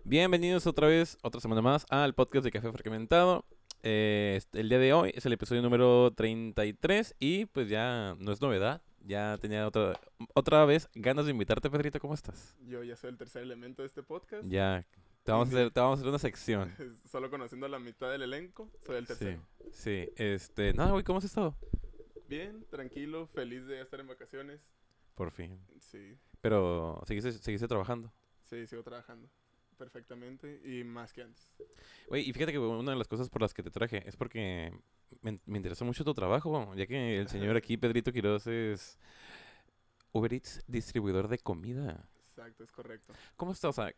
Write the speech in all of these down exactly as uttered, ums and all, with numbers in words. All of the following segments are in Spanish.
Bienvenidos otra vez, otra semana más al podcast de Café Fragmentado. Eh, este, el día de hoy es el episodio número treinta y tres y pues ya no es novedad. Ya tenía otra, otra vez ganas de invitarte, Pedrito. ¿Cómo estás? Yo ya soy el tercer elemento de este podcast. Ya, te Y vamos a hacer, ni te vamos a hacer una sección. solo conociendo a la mitad del elenco, soy el Sí, tercero. sí, este... Nada, güey, ¿cómo has estado? Bien, tranquilo, feliz de estar en vacaciones. Por fin. Sí, Pero, ¿seguiste, seguiste trabajando? sí, sigo trabajando perfectamente y más que antes. Güey, y fíjate que una de las cosas por las que te traje es porque me, me interesó mucho tu trabajo, ya que el señor aquí, Pedrito Quiroz, es Uber Eats distribuidor de comida. Exacto, es correcto. ¿Cómo está? O sea,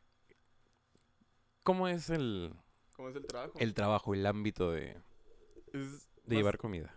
¿cómo es el, ¿Cómo es el trabajo? el trabajo, el ámbito de, Es de más, llevar comida?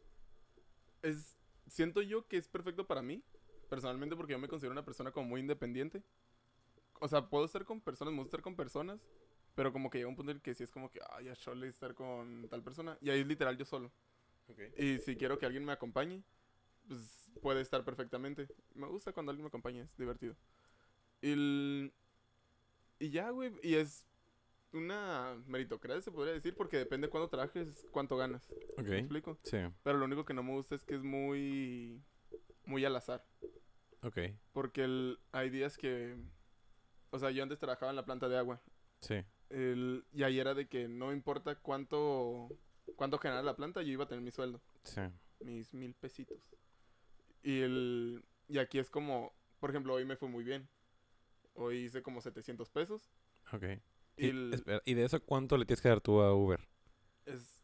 es, siento yo que es perfecto para mí, personalmente, porque yo me considero una persona como muy independiente. O sea, puedo estar con personas, me gusta estar con personas, pero como que llega un punto en el que sí es como que, ay, ya chole estar con tal persona. Y ahí es literal yo solo. Okay. Y si quiero que alguien me acompañe, pues puede estar perfectamente. Me gusta cuando alguien me acompaña, es divertido. Y, el- y ya, güey, y es una meritocracia, se podría decir, porque depende de cuándo trabajes, cuánto ganas. Ok, ¿Me explico? sí, Pero lo único que no me gusta es que es muy, muy al azar. ok, Porque el- hay días que, o sea, yo antes trabajaba en la planta de agua. sí, El, y ahí era de que no importa cuánto, cuánto generara la planta, yo iba a tener mi sueldo, sí, mis mil pesitos. Y, el, y aquí es como, por ejemplo, hoy me fue muy bien. Hoy hice como setecientos pesos. ok. Y Y, el, espera, ¿y de eso cuánto le tienes que dar tú a Uber? es,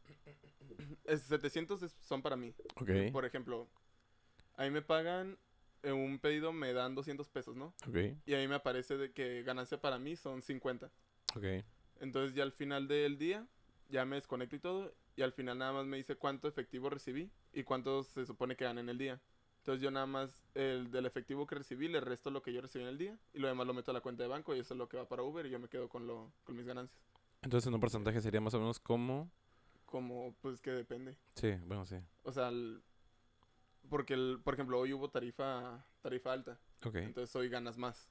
es setecientos es- son para mí. Ok, Por ejemplo, ahí me pagan, en un pedido me dan doscientos pesos, ¿no? ok, Y ahí me aparece de que ganancia para mí son cincuenta. ok, Entonces ya al final del día, ya me desconecto y todo. Y al final nada más me dice cuánto efectivo recibí y cuánto se supone que gané en el día. Entonces yo nada más el del efectivo que recibí le resto lo que yo recibí en el día y lo demás lo meto a la cuenta de banco y eso es lo que va para Uber y yo me quedo con lo con mis ganancias. Entonces en un porcentaje sería más o menos como... Como pues que depende. Sí, bueno, sí. O sea, el- porque el, por ejemplo, hoy hubo tarifa tarifa alta, Ok, entonces hoy ganas más.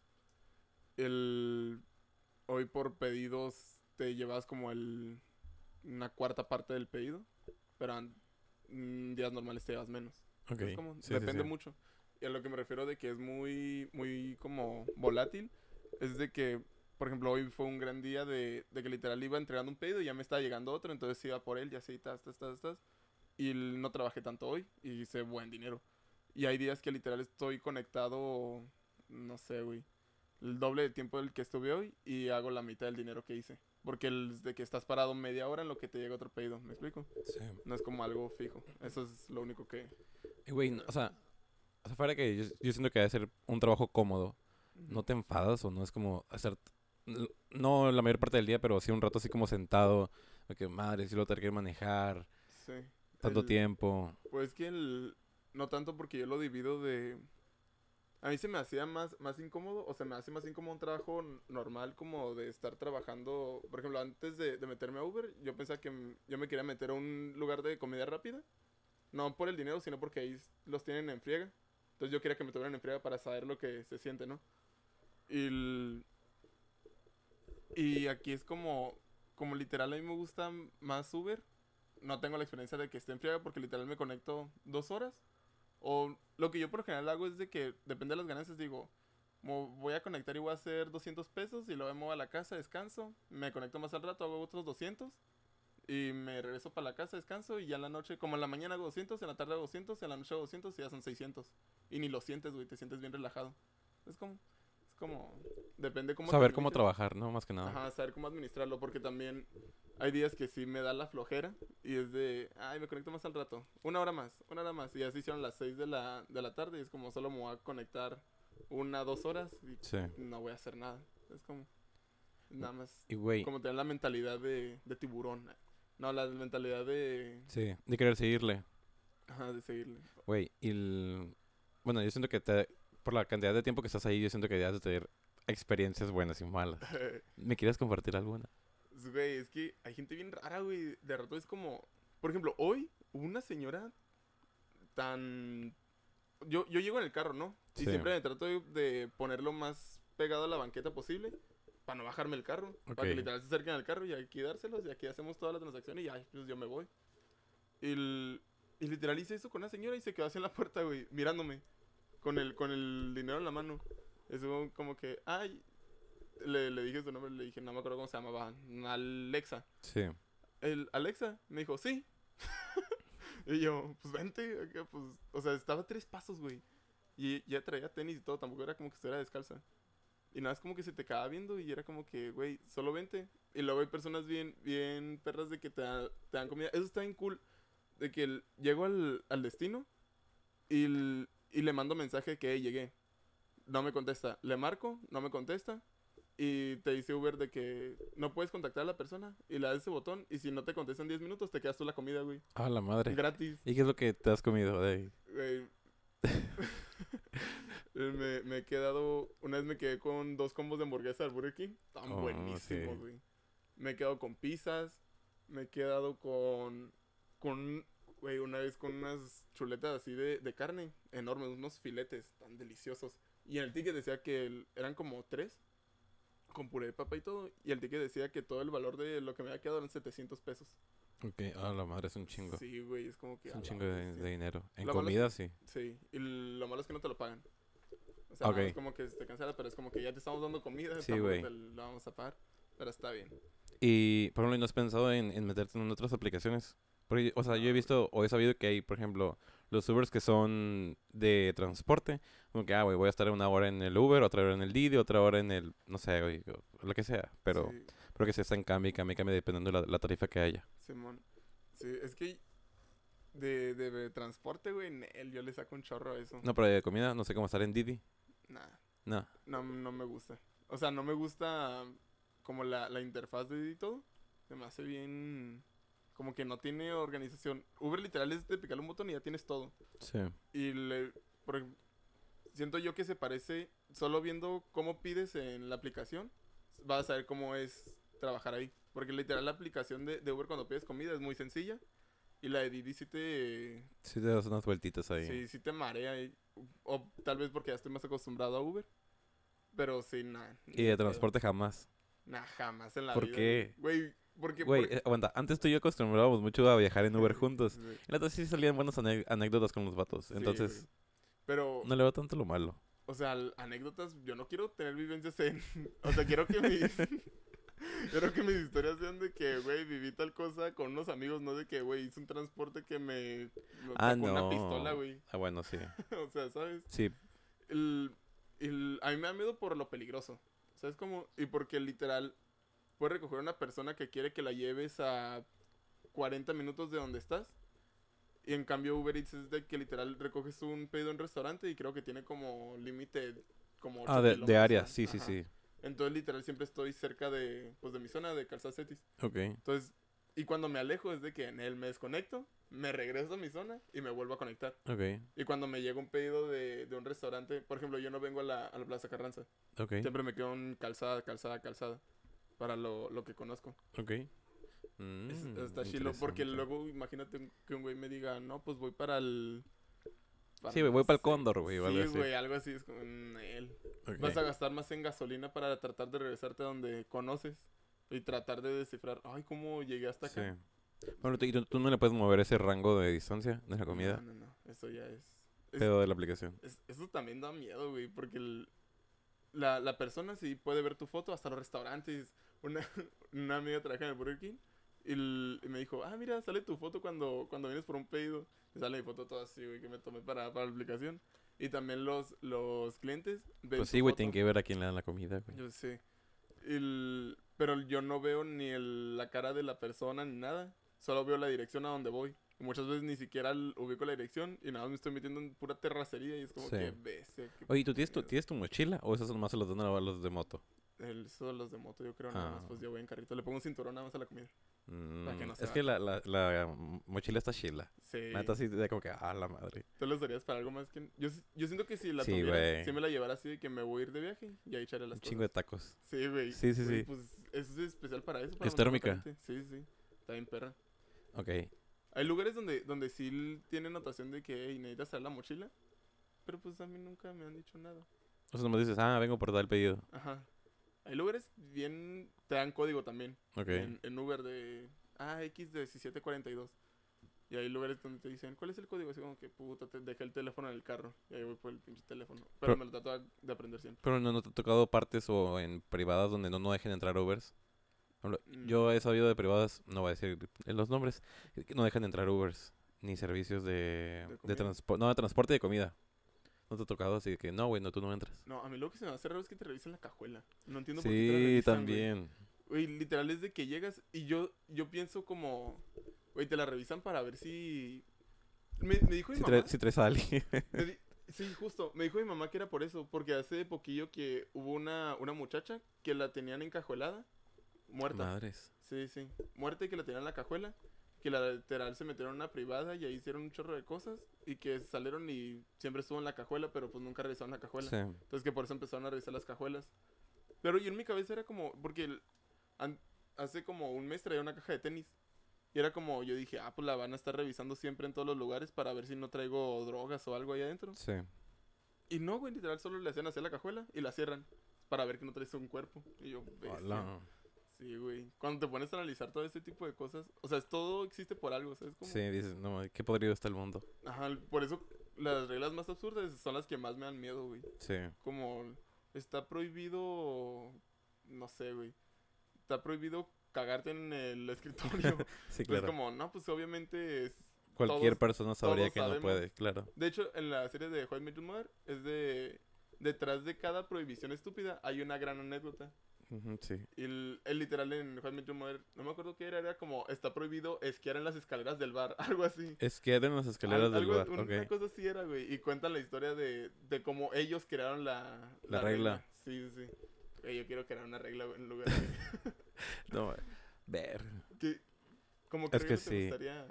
El hoy por pedidos te llevas como el una cuarta parte del pedido, pero en días normales te llevas menos. ok, Es como, sí, sí, sí. depende mucho. Y a lo que me refiero de que es muy, muy como volátil, es de que, por ejemplo, hoy fue un gran día de, de que literal iba entregando un pedido y ya me estaba llegando otro, entonces iba por él y así, tas, tas, tas, tas. Y no trabajé tanto hoy y hice buen dinero. Y hay días que literal estoy conectado, no sé, güey, el doble de tiempo del que estuve hoy y hago la mitad del dinero que hice. Porque el de que estás parado media hora en lo que te llega otro pedido, ¿me explico? Sí. No es como algo fijo. Eso es lo único que... Y güey, no- o sea, o sea, fuera que yo, yo siento que debe ser un trabajo cómodo. ¿No Ujú. te enfadas o no es como hacer... n- No la mayor parte del día, pero sí un rato así como sentado, de que madre, si lo tener que manejar Sí. tanto El, tiempo. pues que el... No tanto porque yo lo divido de... A mí se me hacía más, más incómodo, o se me hace más incómodo un trabajo n- normal como de estar trabajando. Por ejemplo, antes de, de meterme a Uber, yo pensaba que m- yo me quería meter a un lugar de comida rápida. No por el dinero, sino porque ahí s- los tienen en friega. Entonces yo quería que me tuvieran en friega para saber lo que se siente, ¿no? Y, el- y aquí es como, como literal a mí me gusta más Uber. No tengo la experiencia de que esté en friega porque literal me conecto dos horas. O lo que yo por lo general hago es de que, depende de las ganancias, digo, mo- voy a conectar y voy a hacer doscientos pesos y luego me voy a la casa, descanso, me conecto más al rato, hago otros doscientos y me regreso para la casa, descanso y ya en la noche, como en la mañana hago doscientos, en la tarde hago doscientos, en la noche hago doscientos y ya son seiscientos. Y ni lo sientes, güey, te sientes bien relajado. Es como, es como, depende cómo te Saber cómo organices. trabajar, ¿no? Más que nada. Ajá, saber cómo administrarlo, porque también hay días que sí me da la flojera y es de, ay, me conecto más al rato, una hora más, una hora más, y así hicieron las seis de la, de la tarde y es como solo me voy a conectar una, dos horas y Sí. no voy a hacer nada. Es como, nada más, Y güey, como tener la mentalidad de, de tiburón. No, la mentalidad de, sí, de querer seguirle. ajá, de seguirle. Güey, y el... Bueno, yo siento que te... por la cantidad de tiempo que estás ahí, yo siento que debes de tener experiencias buenas y malas. ¿Me quieres compartir alguna? Es, Güey, es que hay gente bien rara, güey. De rato es como, por ejemplo, hoy hubo una señora tan yo, yo llego en el carro, ¿no? Y Sí, siempre me trato de, de poner lo más pegado a la banqueta posible. para no bajarme el carro. Ok. Para que literal se acerquen al carro y aquí dárselos y aquí hacemos toda la transacción y ya, pues yo me voy. Y, el- y literal hice eso con una señora y se quedó así en la puerta, güey, mirándome. Con el, con el dinero en la mano. Eso como que, ay, le, le dije su nombre, le dije, no me acuerdo cómo se llamaba, Alexa. Sí. El Alexa me dijo, sí. Y yo, pues vente, acá, pues, o sea, estaba a tres pasos, güey. Y ya traía tenis y todo, tampoco era como que estuviera descalza. Y nada, es como que se te quedaba viendo y era como que, güey, solo vente. Y luego hay personas bien, bien perras de que te, da- te dan comida. Eso está bien cool. De que el- llego al, al destino y, el- y le mando mensaje que "Hey, llegué". No me contesta. Le marco, no me contesta. Y te dice Uber de que no puedes contactar a la persona. Y le das ese botón. Y si no te contestan diez minutos, te quedas tú la comida, güey. Ah, la madre. Gratis. ¿Y qué es lo que te has comido de ahí? Güey. me, me he quedado. Una vez me quedé con dos combos de hamburguesa del Burger King. Estaban Oh, buenísimos, sí. güey. Me he quedado con pizzas. Me he quedado con. Con. Güey, una vez con unas chuletas así de, de carne. Enormes, unos filetes tan deliciosos. Y en el ticket decía que el- eran como tres. Con puré de papa y todo. Y el ticket decía que todo el valor de lo que me había quedado eran setecientos pesos. Ok. Ah, la madre, es un chingo. Sí, güey, es como que. Es a un la chingo de, bestia. de dinero. En Lo malo es comida, sí. Sí, y lo malo es que no te lo pagan. O sea, Ok. nada más como que se te cancela, pero es como que ya te estamos dando comida, Sí, tampoco güey. te lo vamos a pagar, pero está bien. Y, por ejemplo, ¿no has pensado en, en meterte en otras aplicaciones? Porque, o sea, yo he No, visto o he sabido que hay, por ejemplo, los Ubers que son de transporte. Como que, ah, güey, voy a estar una hora en el Uber, otra hora en el Didi, otra hora en el, no sé, güey, o lo que sea. Pero, sí, pero que se está en cambio y cambio y cambio dependiendo de la, la tarifa que haya. Simón. Sí, es que de, de, de transporte, güey, Nel, yo le saco un chorro a eso. No, pero de comida, no sé cómo estar en Didi. Nah, No. no, no me gusta. O sea, no me gusta como la, la interfaz de y todo. Se me hace bien. Como que no tiene organización. Uber literal es de picarle un botón y ya tienes todo. Sí. Y le, por ej- siento yo que se parece, solo viendo cómo pides en la aplicación, vas a saber cómo es trabajar ahí. Porque literal la aplicación de, de Uber cuando pides comida es muy sencilla. Y la de Didi sí te, Sí te das unas vueltitas ahí. sí, sí te marea. y- o tal vez porque ya estoy más acostumbrado a Uber. Pero sí, nada. Y de transporte jamás. Nah, jamás en la ¿Por vida. qué? Güey, Güey, porque... Güey, porque- eh, aguanta, antes tú y yo acostumbrábamos mucho a viajar en Uber juntos. Sí, Y la otra sí salían buenas ane- anécdotas con los vatos. sí, Entonces, güey. Pero... no le veo tanto lo malo. O sea, l- anécdotas, yo no quiero tener vivencias en... O sea, quiero que mis... quiero que mis historias sean de que, güey, viví tal cosa con unos amigos, no de que, güey, hice un transporte que me... me Ah, sacó una no. pistola, güey. Ah, bueno, sí. O sea, ¿sabes? Sí, El, el- a mí me da miedo por lo peligroso. ¿Sabes cómo? Y porque literal, puedes recoger a una persona que quiere que la lleves a cuarenta minutos de donde estás. Y en cambio Uber Eats es de que literal recoges un pedido en un restaurante y creo que tiene como límite como ocho ah, de, de kilómetros, área, ¿no? sí, sí, Ajá. sí. Entonces literal siempre estoy cerca de, pues, de mi zona de Calzacetis. Ok, Entonces, y cuando me alejo es de que en él me desconecto, me regreso a mi zona y me vuelvo a conectar. ok, Y cuando me llega un pedido de, de un restaurante, por ejemplo, yo no vengo a la, a la Plaza Carranza. ok, Siempre me quedo en calzada, calzada, calzada. Para lo, lo que conozco. ok. Mm, Es- está chilo. Porque interesante. luego imagínate un- que un güey me diga, no, pues voy para el... para Sí, güey, no voy para el sé". Cóndor, güey, o algo Sí, así. güey, algo así es como en él. Ok. Vas a gastar más en gasolina para tratar de regresarte a donde conoces. Y tratar de descifrar, ay, ¿cómo llegué hasta Sí. acá? Bueno, tú- ¿y tú, tú no le puedes mover ese rango de distancia de la comida? No, no, no. Eso ya es... es- Pedo de la aplicación. es- eso también da miedo, güey. Porque el- la, la persona sí puede ver tu foto hasta los restaurantes. Una, una amiga trabaja en el Burger King y, el- y me dijo, ah, mira, sale tu foto cuando, cuando vienes por un pedido. Y sale mi foto toda así, güey, que me tomé para, para la aplicación. Y también los, los clientes ven Pues tu sí, güey, foto. tienen que ver a quién le dan la comida, güey. Yo sé. El- pero yo no veo ni el- la cara de la persona ni nada. Solo veo la dirección a donde voy. Y muchas veces ni siquiera el- ubico la dirección y nada más me estoy metiendo en pura terracería y es como Sí. que bestia. qué Oye, ¿tú tienes tu, pedo. tienes tu mochila o esos nomás se los dan a los de moto? El, solo los de moto, yo creo, nada más. Ah. Pues yo voy en carrito. Le pongo un cinturón nada más a la comida. Para que Mm, no se es que baje. la, la, la mochila está chila. Sí. Neta, así de como que, ah, la madre. ¿Tú lo usarías para algo más que...? Yo, s- yo siento que si la Sí, tuviera, güey. si me la llevara así de que me voy a ir de viaje y ahí echaré las Un cosas. chingo de tacos. Sí, güey. Sí, sí, Güey, sí. Pues eso es especial para eso. Para ¿Es mantenerlo térmica? caliente. Sí, sí. Está bien perra. Ok. Hay lugares donde, donde sí l- tienen notación de que hey, necesitas traer la mochila. Pero pues a mí nunca me han dicho nada. O sea, nomás dices, ah, vengo por dar el pedido. Ajá. Hay lugares bien, te dan código también. Ok. En, en Uber de, ah, X diecisiete cuarenta y dos. Y hay lugares donde te dicen, ¿cuál es el código? Así como que, puta, te dejé el teléfono en el carro. Y ahí voy por el pinche teléfono. Pero, Pero, me lo trato de aprender siempre. pero no, no te ha tocado partes o en privadas donde no, no dejen entrar Ubers. Por ejemplo, yo Mm, he sabido de privadas, no voy a decir en los nombres, que no dejan entrar Ubers ni servicios de, ¿De de comida? transporte, no, de transporte y de comida. No te ha tocado, así que no, güey, no, tú no entras. No, a mí lo que se me hace raro es que te revisan la cajuela. No entiendo por qué te la Sí, revisan, güey. también. Güey, literal es de que llegas y yo, yo pienso como, güey, te la revisan para ver si... Me, me dijo mi Si, mamá... trae- si traes a alguien. me di- Sí, justo, me dijo mi mamá que era por eso, porque hace poquillo que hubo una, una muchacha que la tenían encajuelada, muerta. Madres. Sí, sí, muerta y que la tenían en la cajuela, que la literal se metieron en una privada y ahí hicieron un chorro de cosas y que salieron y siempre estuvo en la cajuela, pero pues nunca revisaron la cajuela. Sí. Entonces que por eso empezaron a revisar las cajuelas. Pero yo en mi cabeza era como, porque el- an- hace como un mes traía una caja de tenis. Y era como, yo dije, ah, pues la van a estar revisando siempre en todos los lugares para ver si no traigo drogas o algo ahí adentro. Sí. Y no, güey, literal, solo le hacían hacia la cajuela y la cierran para ver que no traes un cuerpo. Y yo, bestia. Hola. Sí, güey. Cuando te pones a analizar todo este tipo de cosas, o sea, es, todo existe por algo, ¿sabes? Como, Sí, dices, no, qué podrido está el mundo. ajá, por eso las reglas más absurdas son las que más me dan miedo, güey. Sí. Como está prohibido, no sé, güey. Está prohibido cagarte en el escritorio. Sí, Pues claro. como, no, pues obviamente es... Cualquier todos- persona sabría todos que no sabemos. puede, claro. De hecho, en la serie de How I Met Your Mother es de... Detrás de cada prohibición estúpida hay una gran anécdota. Ujú, sí. Y el, el literal en How I Met Your Mother, no me acuerdo qué era, era como, está prohibido esquiar en las escaleras del bar, algo así. Esquiar en las escaleras Al- del algo- bar, Una ok. cosa así era, güey. Y cuentan la historia de, de cómo ellos crearon la, La regla. Sí, sí, sí. Güey, yo quiero crear una regla, güey, en lugar de... No, ver. que, como Es creo que te sí. gustaría...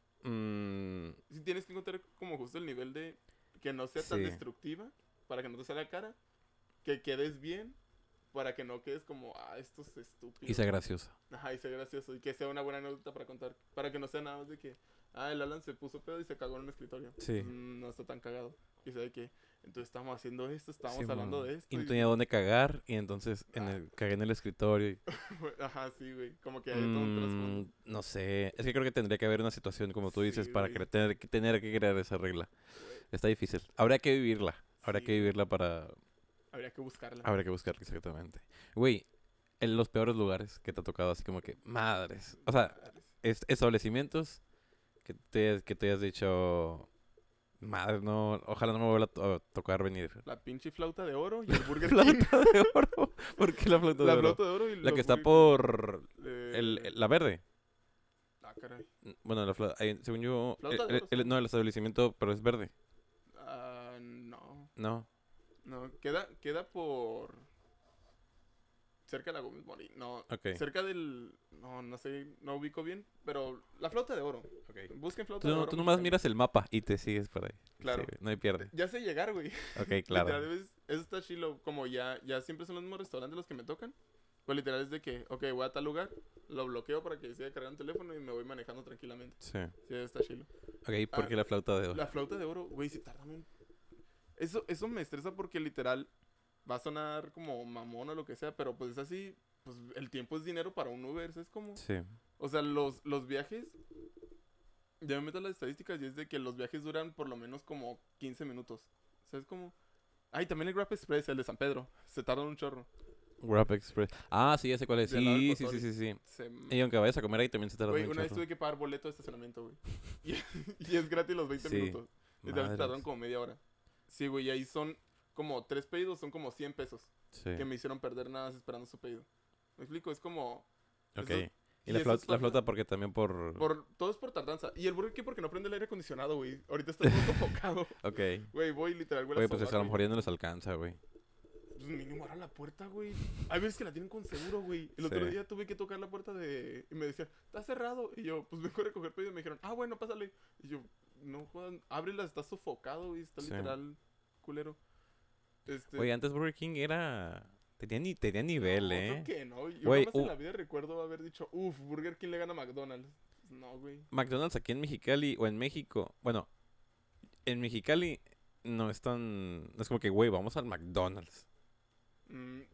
Mm, Si tienes que encontrar como justo el nivel de que no sea tan Sí. destructiva para que no te salga cara, que quedes bien para que no quedes como, ah, esto es estúpido. y sea graciosa. Ajá, y sea gracioso y que sea una buena anécdota para contar, para que no sea nada más de que, ah, el Alan se puso pedo y se cagó en un escritorio. Sí. Mm, no está tan cagado. Y sabe que, entonces estamos haciendo esto, estamos Sí, hablando mon. de esto. Y no y- tenía dónde cagar, y entonces en Ah. el, cagué en el escritorio. y- Ajá, sí, güey. Como que hay todo un trasfondo. Mm, no sé. Es que creo que tendría que haber una situación, como tú dices, Sí, para güey. que tener, que tener que crear esa regla. Güey, Está difícil. Habría que vivirla. Habría Sí, que güey. vivirla para... habría que buscarla. Habría que buscarla exactamente. Güey, en los peores lugares que te ha tocado, así como que, madres. O sea, Madres. es- establecimientos que te, que te hayas dicho, madre, no, ojalá no me vuelva a, to- a tocar venir. La pinche flauta de oro y el Burger King. Flauta de oro. ¿Por qué la flauta de La oro? flauta de oro y La los que está Burger por King. Eh, el, el- la verde. Ah, caray. Bueno, la flauta, ahí, según yo, Flauta el- de oro, el- sí. no, el establecimiento, pero es verde. Ah, no. No, No, queda, queda por... Cerca de la Gómez Morín. No, ok. cerca del... No, no sé, no ubico bien. Pero la flauta de oro. okay. Busquen flauta Tú, de no- oro. tú nomás mexicana. miras el mapa y te sigues por ahí. Claro. Sí, no hay pierde. Ya sé llegar, güey. Ok, claro. Literal, es- eso está chilo. Como ya, ya siempre son los mismos restaurantes los que me tocan. Pues literal es de que, ok, voy a tal lugar, lo bloqueo para que siga cargando el teléfono y me voy manejando tranquilamente. Sí. Sí, está chilo. Ok, ¿por Ah, qué la flauta de oro? La flauta de oro, güey, si tardan un... Eso, eso me estresa porque literal va a sonar como mamón o lo que sea, pero pues es así, pues el tiempo es dinero para un Uber, ¿sabes cómo? Sí. O sea, los, los viajes, ya me meto en las estadísticas y es de que los viajes duran por lo menos como quince minutos, ¿sabes cómo? Ay, también el Grab Express, el de San Pedro, se tarda un chorro. Grab Express. Ah, sí, ya sé cuál es. Del lado del Sí, sí, sí, Cotori. sí, sí. Se... Y aunque vayas a comer ahí también se tarda Güey, mucho. una vez tuve que pagar boleto de estacionamiento, güey. Y, y es gratis los veinte Sí. minutos. Literal, se Madres. tardaron como media hora. Sí, güey, y ahí son como tres pedidos, son como cien pesos. Sí. Que me hicieron perder nada más esperando su pedido. ¿Me explico? Es como... Ok. eso- Y la eso flauta, es la falta- flauta porque también por... Por, todo es por tardanza. Y el Burger King porque no prende el aire acondicionado, güey. Ahorita está todo sofocado. Ok. Güey, voy literal, güey. Güey, pues eso a lo mejor ya no les alcanza, güey. Pues mínimo abran la puerta, güey. Hay veces que la tienen con seguro, güey. El otro Sí. día tuve que tocar la puerta de... Y me decían, está cerrado. Y yo, pues vengo a recoger pedido. Y me dijeron, ah, bueno, pásale. Y yo, no jodan, ábrela, está sofocado, güey. Está Sí. literal culero. Este... Oye, antes Burger King era... Tenía, ni... Tenía nivel, no, ¿eh? creo que no. Yo Güey, jamás en uh. la vida recuerdo haber dicho, uff, Burger King le gana a McDonald's. No, güey. McDonald's aquí en Mexicali o en México... Bueno, en Mexicali no es tan... No es como que, güey, vamos al McDonald's. Mm,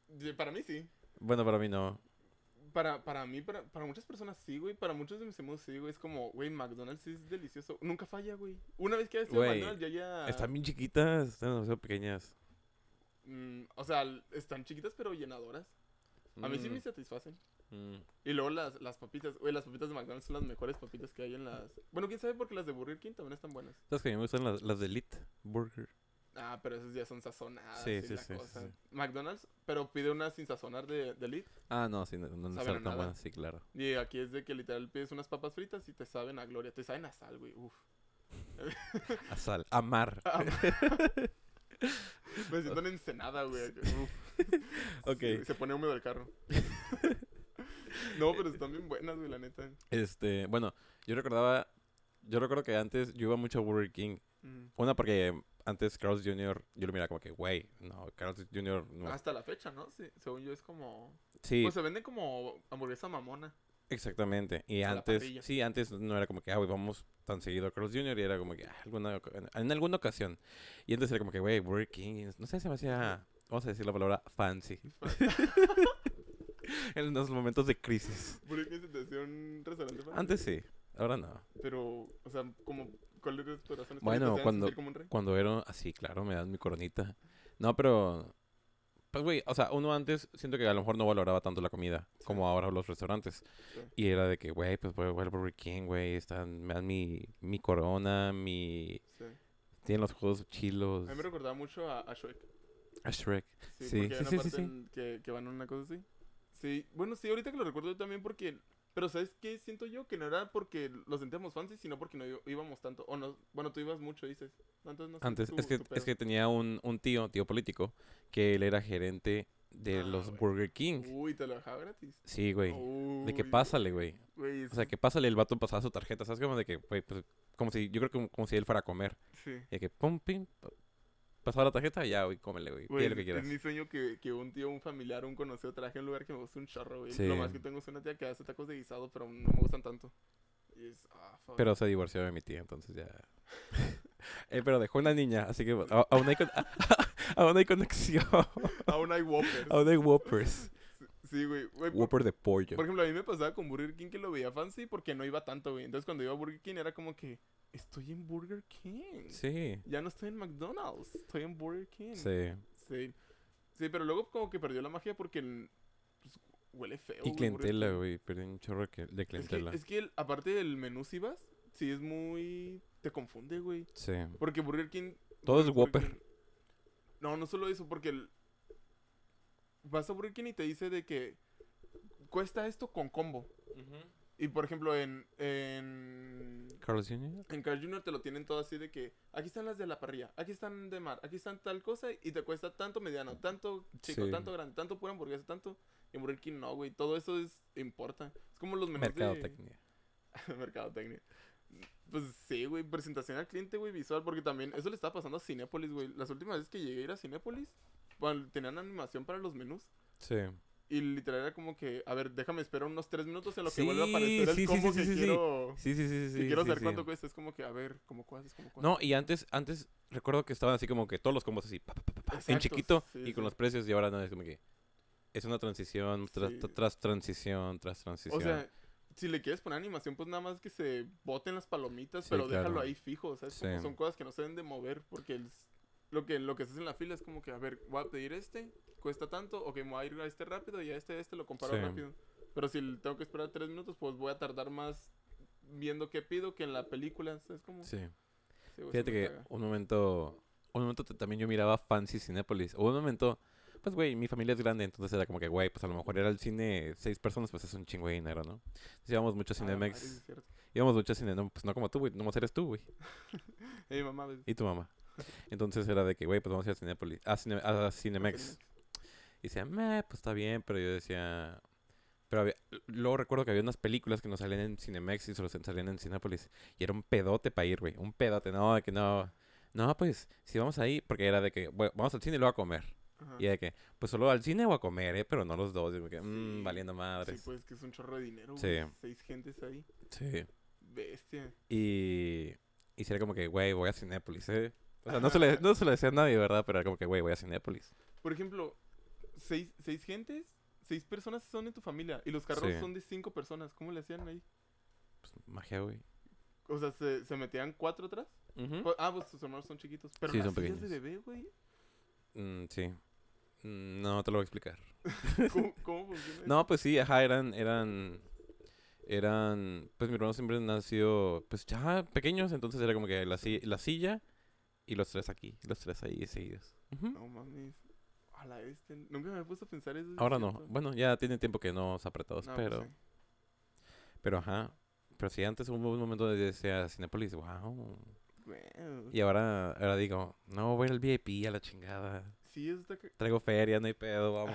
Sí, para mí sí. Bueno, para mí no. Para, para mí, para, para muchas personas sí, güey. Para muchos de mis amigos sí, güey. Es como, güey, McDonald's es delicioso. Nunca falla, güey. Una vez que hayas ido a Güey, McDonald's, ya ya... están bien chiquitas, están demasiado pequeñas. mm, o sea, l- están chiquitas pero llenadoras. A mí sí Mm, me satisfacen. mm. Y luego las, las papitas. Güey, las papitas de McDonald's son las mejores papitas que hay en las... Bueno, quién sabe porque las de Burger King también están buenas. ¿Sabes que a mí me gustan las, las de Elite Burger? Ah, pero esas ya son sazonadas Sí, y sí, la sí, sí, cosa. sí. McDonald's, pero pide una sin sazonar de, de Elite. Ah, no, sí, no, no Saben a están tan nada. buenas, sí, claro. Y aquí es de que literal pides unas papas fritas y te saben a gloria. Te saben a sal, güey. Uf. A sal, a mar. Ah, me siento en Ensenada, güey. Uf. Ok. Sí, güey, se pone húmedo el carro. No, pero están bien buenas, güey, la neta. Este, bueno, yo recordaba, yo recuerdo que antes yo iba mucho a Burger King. Mm. Una porque antes Carl's junior, yo lo miraba como que, güey, no, Carl's junior no. Hasta la fecha, ¿no? Sí, según yo es como... Sí, Pues se vende como hamburguesa mamona. exactamente. Y a la antes, parrilla. sí, antes no era como que, ah, güey, vamos tan seguido a Carl's junior y era como que, ah, alguna, oca- en, en alguna ocasión. Y antes era como que, güey, Burger King, no sé, se me hacía, vamos a decir la palabra fancy. En los momentos de crisis. ¿Por qué se te hacía un restaurante fancy? Antes sí, ahora no. Pero, o sea, como... ¿Cuál es tu razón? Bueno, cuando, Sentir como un rey? cuando era así, claro, me dan mi coronita. No, pero, pues, güey, o sea, uno antes siento que a lo mejor no valoraba tanto la comida Sí. como ahora los restaurantes. Sí. Y era de que, güey, pues voy, voy al Burger King, güey, están, me dan mi, mi corona, mi... Sí. Tienen los juegos chilos. A mí me recordaba mucho a, a Shrek. A Shrek. Sí, Sí, porque hay sí, una sí, parte sí, sí. en que, que van a una cosa así. Sí, bueno, sí, ahorita que lo recuerdo yo también porque... Pero ¿sabes qué siento yo? Que no era porque lo sentíamos fancy, sino porque no í- íbamos tanto. O no, bueno, tú ibas mucho, dices. No, entonces no sé Antes, tu- es que, tu es pedo. que tenía un, un tío, tío político, que él era gerente de Ah, los güey. Burger King. Uy, te lo dejaba gratis. Sí, güey. De que Uy, pásale, güey. güey, O sea, es- que pásale, el vato pasaba su tarjeta, ¿sabes? Como de que, güey, pues, como si, yo creo que como, como si él fuera a comer. sí. Y de que, pum, pim, pa- pasaba la tarjeta y ya, güey, cómele, güey, Güey, pide lo que es, quieras. es mi sueño que, que un tío, un familiar, un conocido traje a un lugar que me gusta un chorro, güey. Sí. Lo más que tengo es una tía que hace tacos de guisado, pero no me gustan tanto. Y es, ah, fuck. Pero se divorció de mi tía, entonces ya... eh, pero dejó una niña, así que a- aún hay, con- aún hay conexión. Aún hay Whoppers. Aún hay Whoppers. Sí, güey. Güey, por, Whopper de pollo. por ejemplo, a mí me pasaba con Burger King que lo veía fancy porque no iba tanto, güey. Entonces cuando iba a Burger King era como que, estoy en Burger King. Sí, Ya no estoy en McDonald's, estoy en Burger King. sí. Sí. Sí, pero luego como que perdió la magia porque el- pues, huele feo. Y güey, Burger clientela, King. güey, perdí un chorro que- de Es que, clientela. es que el- aparte del menú si vas, sí es muy... Te confunde, güey. Sí. Porque Burger King... Todo es Burger Whopper. King- No, no solo eso, porque el... vas a Burger King y te dice de que cuesta esto con combo. Y por ejemplo en... en... Carlos junior En Carl junior te lo tienen todo así de que aquí están las de la parrilla, aquí están de mar, aquí están tal cosa y te cuesta tanto mediano, tanto chico, Sí. tanto grande, tanto pura hamburguesa, tanto. Y en Burger King no, güey, todo eso es importa. Es como los menús de Mercadotecnia. mercadotecnia. Pues sí, güey, presentación al cliente, güey, visual, porque también eso le estaba pasando a Cinépolis, güey. Las últimas veces que llegué a ir a Cinépolis, bueno, tenían animación para los menús. Sí. Y literal era como que, a ver, déjame esperar unos tres minutos en lo que Sí, vuelve a aparecer el sí, sí, combo sí, que sí, sí. quiero... Sí, sí, sí, sí. que quiero sí, saber sí. cuánto cuesta. Es como que, a ver, ¿cómo cuántas? ¿Cómo cuántas? No, y antes, antes recuerdo que estaban así como que todos los combos así, pa, pa, pa, pa, en Exacto, chiquito sí, y con sí. los precios y ahora no, es como que es una transición tras, Sí. tras transición, tras transición. O sea, si le quieres poner animación, pues nada más que se boten las palomitas, Sí, pero déjalo claro. ahí fijo, ¿sabes? Como Sí. son cosas que no se deben de mover, porque el- lo que lo que se hace en la fila es como que, a ver, voy a pedir este, cuesta tanto, ok, me voy a ir a este rápido y a este, este lo comparo Sí. rápido. Pero si l- tengo que esperar tres minutos, pues voy a tardar más viendo qué pido que en la película, ¿sabes? Como, sí. sí, güey, Fíjate se me que caga. un momento, un momento t- también yo miraba Fancy Cinépolis. Hubo un momento, pues güey, mi familia es grande, entonces era como que, güey, pues a lo mejor era el cine seis personas, pues es un chingo de dinero, ¿no? Entonces íbamos mucho a Ah, la madre, sí Cinemex, es cierto. íbamos mucho a Cine, no, pues no como tú, güey, nomás eres tú, güey, Ey, mamá, ¿ves? y tu mamá. Entonces era de que, güey, pues vamos a ir a Cinépolis, a, Cine- a Cinemex. Y decía, meh, pues está bien, pero yo decía... Pero había- luego recuerdo que había unas películas que nos salían en Cinemex y solo se- salían en Cinépolis. Y era un pedote para ir, güey. Un pedote. No, de que no... No, pues, si vamos ahí... Porque era de que, bueno, vamos al cine y luego a comer. Ajá. Y de que, pues solo al cine o a comer, ¿eh? Pero no los dos. Y como que, Sí. mmm, valiendo madres. Sí, pues que es un chorro de dinero, Sí. güey. Seis gentes ahí. Sí. Bestia. Y... Y sería como que, güey, voy a Cinépolis, ¿eh? O sea, no se, le, no se lo decía a nadie, ¿verdad? Pero era como que, güey, voy a Cinépolis. Por ejemplo, seis, seis gentes, seis personas son en tu familia. Y los carros Sí. son de cinco personas. ¿Cómo le hacían ahí? Pues, magia, güey. O sea, ¿se, se metían cuatro atrás? Ujú. Pues- ah, pues tus hermanos son chiquitos. Pero Sí, las son sillas pequeños. de bebé, güey. Mm, sí. Mm, no te lo voy a explicar. ¿Cómo, cómo funciona eso? No, pues sí, ajá, eran, eran, eran, pues mi hermano siempre han nacido, pues ya pequeños, entonces era como que la, si- la silla y los tres aquí, los tres ahí seguidos. Ujú. No mames. A la este. Nunca me he puesto a pensar eso. es Ahora no, cierto. bueno, ya tiene tiempo que no se apretados, No, pues pero, sí. pero ajá, pero sí, antes hubo un momento donde decía Cinépolis, wow, Bueno. y ahora, ahora digo, no, voy a ir al V I P a la chingada, Sí, eso está... ca- traigo feria, no hay pedo, vamos.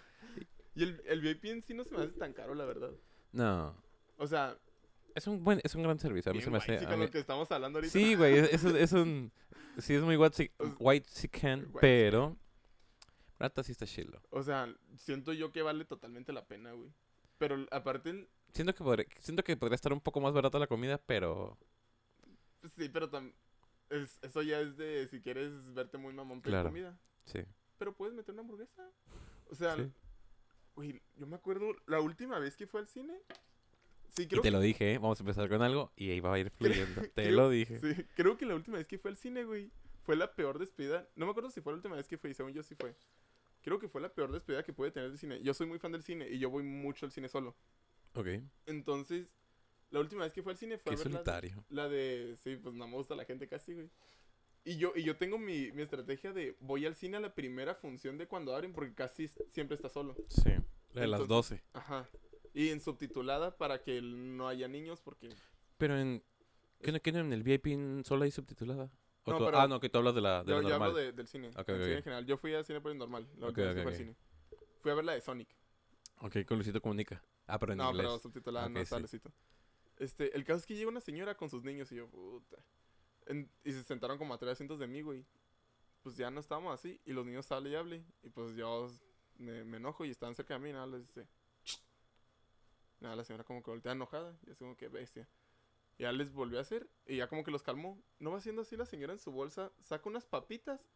Y el, el V I P en sí no se me hace tan caro, la verdad. No, O sea, es un buen, es un gran servicio, a mí bien se me guay, hace, sí, a con mí- lo que estamos hablando ahorita. sí, güey, es, es, un- es un, sí es muy white, O s- white chicken, white pero, rata sí está chilo. O sea, siento yo que vale totalmente la pena, güey. Pero l- aparte, el- Siento que, podría, siento que podría estar un poco más barata la comida, pero, pues sí, pero tam- es- eso ya es de si quieres verte muy mamón pedir Claro. comida. sí. Pero puedes meter una hamburguesa. O sea, Sí. güey, yo me acuerdo la última vez que fue al cine. Sí, Y creo te que... lo dije, ¿eh? Vamos a empezar con algo y ahí va a ir fluyendo. Te creo- lo dije. Sí, creo que la última vez que fue al cine, güey, fue la peor despedida. No me acuerdo si fue la última vez que fue, y según yo sí fue. Creo que fue la peor despedida que pude tener del cine. Yo soy muy fan del cine y yo voy mucho al cine solo. Ok. Entonces, la última vez que fue al cine fue Qué a ver la, solitario. la de... Sí, pues no me gusta la gente casi, güey. Y yo, y yo tengo mi, mi estrategia de voy al cine a la primera función de cuando abren porque casi s- siempre está solo. Sí. La de las Entonces- doce. Ajá. Y en subtitulada para que no haya niños porque... Pero en... ¿Qué no, qué no en el V I P solo hay subtitulada? ¿O No, tú- pero- Ah, no, que tú hablas de la, de Yo, la yo hablo normal. de- del cine. Ok, el ok, cine ok. en general. Yo fui a cine por normal. La Ok, última vez que ok, fui al ok. cine. Fui a ver la de Sonic. Ok, con Luisito Comunica. Ah, pero en No, inglés. pero subtitulada, Ok, no está sí. Luisito. Este, el caso es que llega una señora con sus niños y yo, puta. En- y se sentaron como a tres asientos de mí, güey. Pues ya no estábamos así. Y los niños hable y hable. Y pues yo me, me enojo y estaban cerca de mí y nada les dice. "Shh". Nada, la señora como que voltea enojada. Y así como que bestia. Y ya les volvió a hacer. Y ya como que los calmó. No va haciendo así la señora en su bolsa. Saca unas papitas.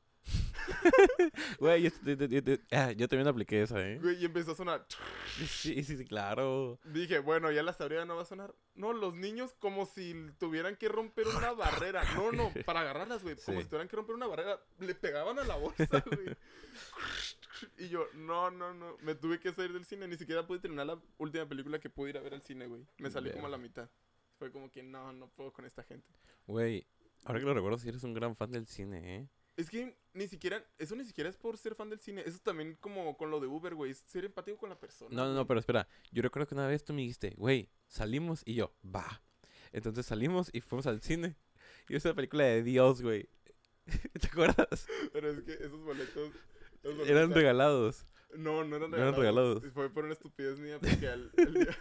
Güey, yo, yo- yo- yo- ah, yo también apliqué esa, ¿eh? Güey, y empezó a sonar. Sí, sí, sí, claro. Dije, bueno, ya la sabría, no va a sonar. No, los niños como si tuvieran que romper una barrera. No, no, para agarrarlas, güey. Como Sí. si tuvieran que romper una barrera. Le pegaban a la bolsa, güey. Y yo, no, no, no. Me tuve que salir del cine. Ni siquiera pude terminar la última película que pude ir a ver al cine, güey. Me salí como a la mitad. Fue como que no, no puedo con esta gente. Güey, ahora que lo recuerdo, sí eres un gran fan del cine, ¿eh? Es que ni siquiera, eso ni siquiera es por ser fan del cine. Eso también como con lo de Uber, güey. Es ser empático con la persona. No, no, no, güey. pero espera. Yo recuerdo que una vez tú me dijiste, güey, salimos y yo, va. Entonces salimos y fuimos al cine. Y esa película de Dios, güey. ¿Te acuerdas? Pero es que esos boletos... esos boletos Eran regalados. No, no eran No eran regalados. regalados. Fue por una estupidez mía porque al- el, día...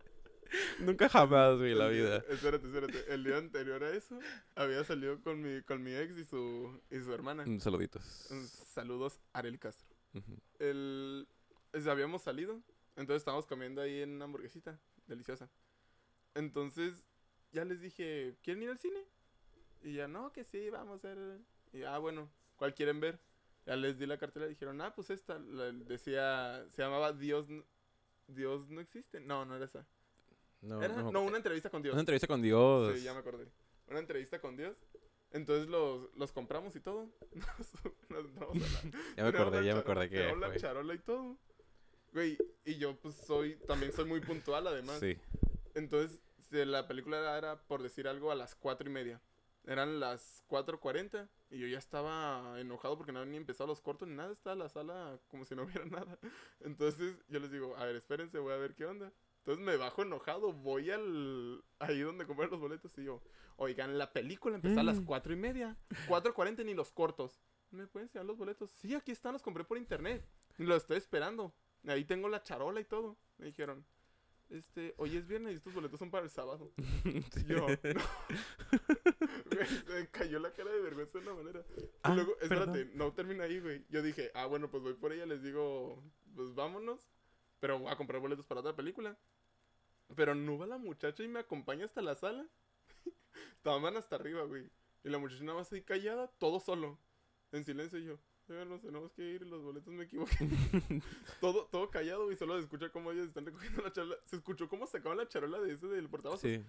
Nunca jamás, güey, el la día- vida. Espérate, espérate. El día anterior a eso, había salido con mi, con mi ex y su, y su hermana. Mm, Saluditos. Mm, Saludos, Ariel Castro. Ujú. El... es- habíamos salido, entonces estábamos comiendo ahí en una hamburguesita, deliciosa. Entonces, ya les dije, ¿quieren ir al cine? Y ya, no, que sí, vamos a ver. Y ah, bueno, ¿cuál quieren ver? Ya les di la cartera y dijeron, ah, pues esta. La- decía, se llamaba Dios, n- Dios no existe. No, no era esa. No, Era, no, no, una entrevista con Dios. Una entrevista con Dios. Sí, ya me acordé. Una entrevista con Dios. Entonces los, los compramos y todo. Nos, nos entramos a la, Ya me tenemos acordé, la ya me charo- acordé que tenemos la fue. charola y todo. Güey, y yo pues soy, también soy muy puntual además. Sí. Entonces, si la película era, era, por decir algo, a las cuatro y media. Eran las cuatro cuarenta y yo ya estaba enojado porque no habían ni empezado los cortos ni nada. Estaba la sala como si no hubiera nada. Entonces yo les digo, a ver, espérense, voy a ver qué onda. Entonces me bajo enojado, voy al ahí donde compré los boletos y yo, oigan, la película empezó a las Mm. cuatro y media. cuatro cuarenta ni los cortos. ¿Me pueden enseñar los boletos? Sí, aquí están, los compré por internet. Los estoy esperando. Ahí tengo la charola y todo. Me dijeron, este, hoy es viernes y estos boletos son para el sábado. Sí. Yo, no. Güey, se me cayó la cara de vergüenza de una manera. Ah, y luego, espérate, perdón. no termina ahí, güey. Yo dije, ah, bueno, pues voy por ella, les digo, pues vámonos. Pero voy a comprar boletos para otra película. Pero no va la muchacha y me acompaña hasta la sala. Estaban hasta arriba, güey. Y la muchacha nada más ahí callada, todo solo. En silencio y yo, oigan, nos tenemos que ir, los boletos me equivoqué. todo, todo callado, güey, solo se escucha cómo ellos están recogiendo la charola. Se escuchó cómo sacaban la charola de ese del portavasos. Sí.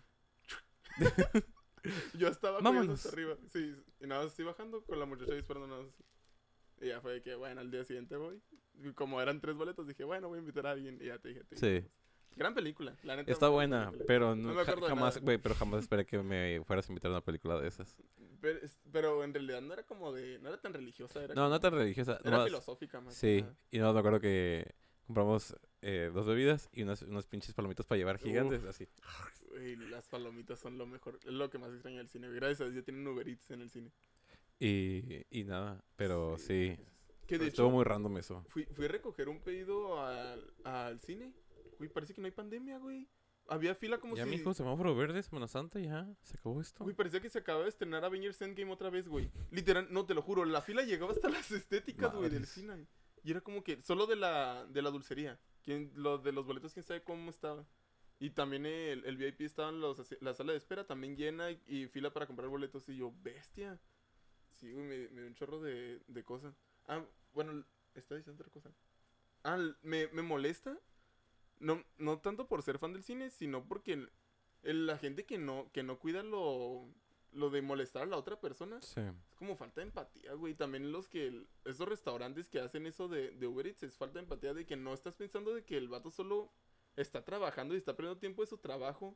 Yo estaba Vámonos. hasta arriba. Sí, y nada, estoy bajando con la muchacha disparando nada más. Y ya fue de que, bueno, al día siguiente voy. Y como eran tres boletos, dije, bueno, voy a invitar a alguien. Y ya te dije, te Sí. Gran película, la neta. Está muy buena, película. pero No no, me ja- acuerdo de jamás, nada. güey, pero jamás esperé que me fueras a invitar a una película de esas. Pero, es- pero en realidad no era como de. No era tan religiosa, era. No, no como- tan religiosa. Era nomás- filosófica más. que Sí, nada. y no me acuerdo que compramos eh, dos bebidas y unas, unas pinches palomitas para llevar gigantes, así. Güey, las palomitas son lo mejor. Es lo que más extraño del cine. güey. Gracias a Dios ya tienen Uber Eats en el cine. Y, y nada, pero sí. Que de Estuvo hecho, muy random eso. fui, fui a recoger un pedido al, al cine. Güey, parece que no hay pandemia, güey. Había fila como Ya, si. mijo, semáforo verde, Semana Santa, ya. Se acabó esto. Güey, parecía que se acababa de estrenar Avengers Endgame otra vez, güey. Literal, no, te lo juro, la fila llegaba hasta las estéticas, güey, del Madres. cine. Y era como que, solo de la, de la dulcería. Quién, lo de los boletos, quién sabe cómo estaba. Y también el, el V I P estaba en los, asi- la sala de espera, también llena y, y fila para comprar boletos. Y yo, bestia. Sí, güey, me, me dio un chorro de, de cosas. Ah, bueno, estaba diciendo otra cosa. Ah, l- me, me molesta. No, no tanto por ser fan del cine, sino porque el- el- la gente que no, que no cuida lo, lo de molestar a la otra persona. Sí. Es como falta de empatía, güey. También los que, esos restaurantes que hacen eso de, de Uber Eats, es falta de empatía de que no estás pensando de que el vato solo está trabajando y está perdiendo tiempo de su trabajo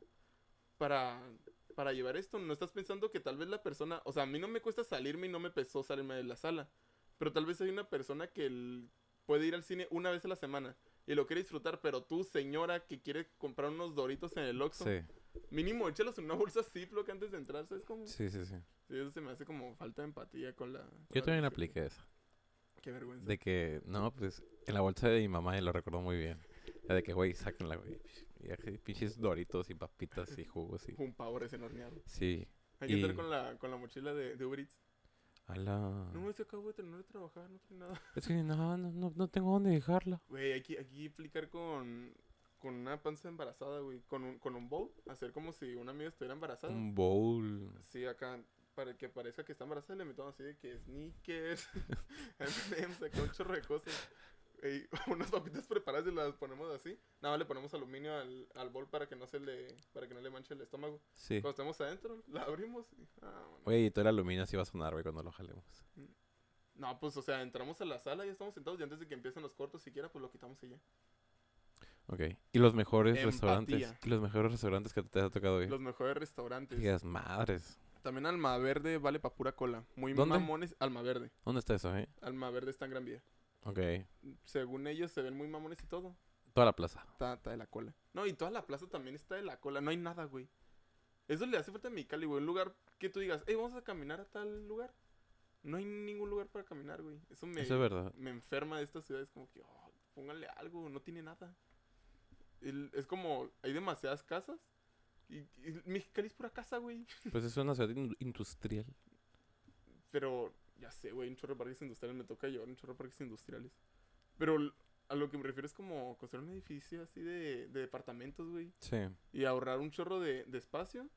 para, para llevar esto. No estás pensando que tal vez la persona, o sea, a mí no me cuesta salirme y no me pesó salirme de la sala. Pero tal vez hay una persona que el- puede ir al cine una vez a la semana y lo quiere disfrutar, pero tú, señora, que quiere comprar unos doritos en el Oxxo, Sí, mínimo échalos en una bolsa Ziploc antes de entrar, ¿sabes cómo? sí, sí, sí. Sí, eso se me hace como falta de empatía con la... con Yo la también dulcería. apliqué esa. Qué vergüenza. De que, no, pues, en la bolsa de mi mamá, y lo recuerdo muy bien. La de que, güey, sáquenla, güey. Y así, pinches doritos y papitas y jugos y... Un pavo recién horneado. Sí. Hay que Y- estar con la, con la mochila de, de Uber Eats. A la... No, es que acabo de terminar de trabajar, no trae nada. Es que no, no, no, no tengo dónde dejarla. Güey, hay que, hay que aplicar con, con una panza embarazada, güey. Con un, con un bowl. Hacer como si una amiga estuviera embarazada. Un bowl. Sí, acá, para que parezca que está embarazada, le metamos así de que sneakers, M and M's, acá un chorro de cosas. Ey, unas papitas preparadas y las ponemos así. Nada más le ponemos aluminio al, al bol para que no se le, para que no le manche el estómago. Sí. Cuando estemos adentro, la abrimos y... Ah, bueno. Güey, y todo el aluminio así va a sonar, güey, cuando lo jalemos. No, pues, o sea, entramos a la sala, ya estamos sentados y antes de que empiecen los cortos siquiera, pues lo quitamos y ya. Ok. ¿Y los mejores Empatía. restaurantes? ¿Y los mejores restaurantes que te ha tocado ir? Los mejores restaurantes. Digas, madres. También Alma Verde vale pa' pura cola. Muy ¿Dónde? mamones. Alma Verde. ¿Dónde está eso, eh? Alma Verde está en Gran Vía. Ok. Según ellos se ven muy mamones y todo. Toda la plaza. Está, está de la cola. No, y toda la plaza también está de la cola. No hay nada, güey. Eso le hace falta a Mexicali, güey. Un lugar que tú digas, hey, vamos a caminar a tal lugar. No hay ningún lugar para caminar, güey. Eso me, Eso es verdad. me enferma de estas ciudades. Como que, oh, pónganle algo. No tiene nada. El- es como, hay demasiadas casas. Y, y Mexicali es pura casa, güey. Pues es una ciudad in- industrial. Pero, ya sé, güey, un chorro de parques industriales. Me toca llevar un chorro de parques industriales. Pero l- a lo que me refiero es como construir un edificio así de, de departamentos, güey. Sí. Y ahorrar un chorro de, de espacio.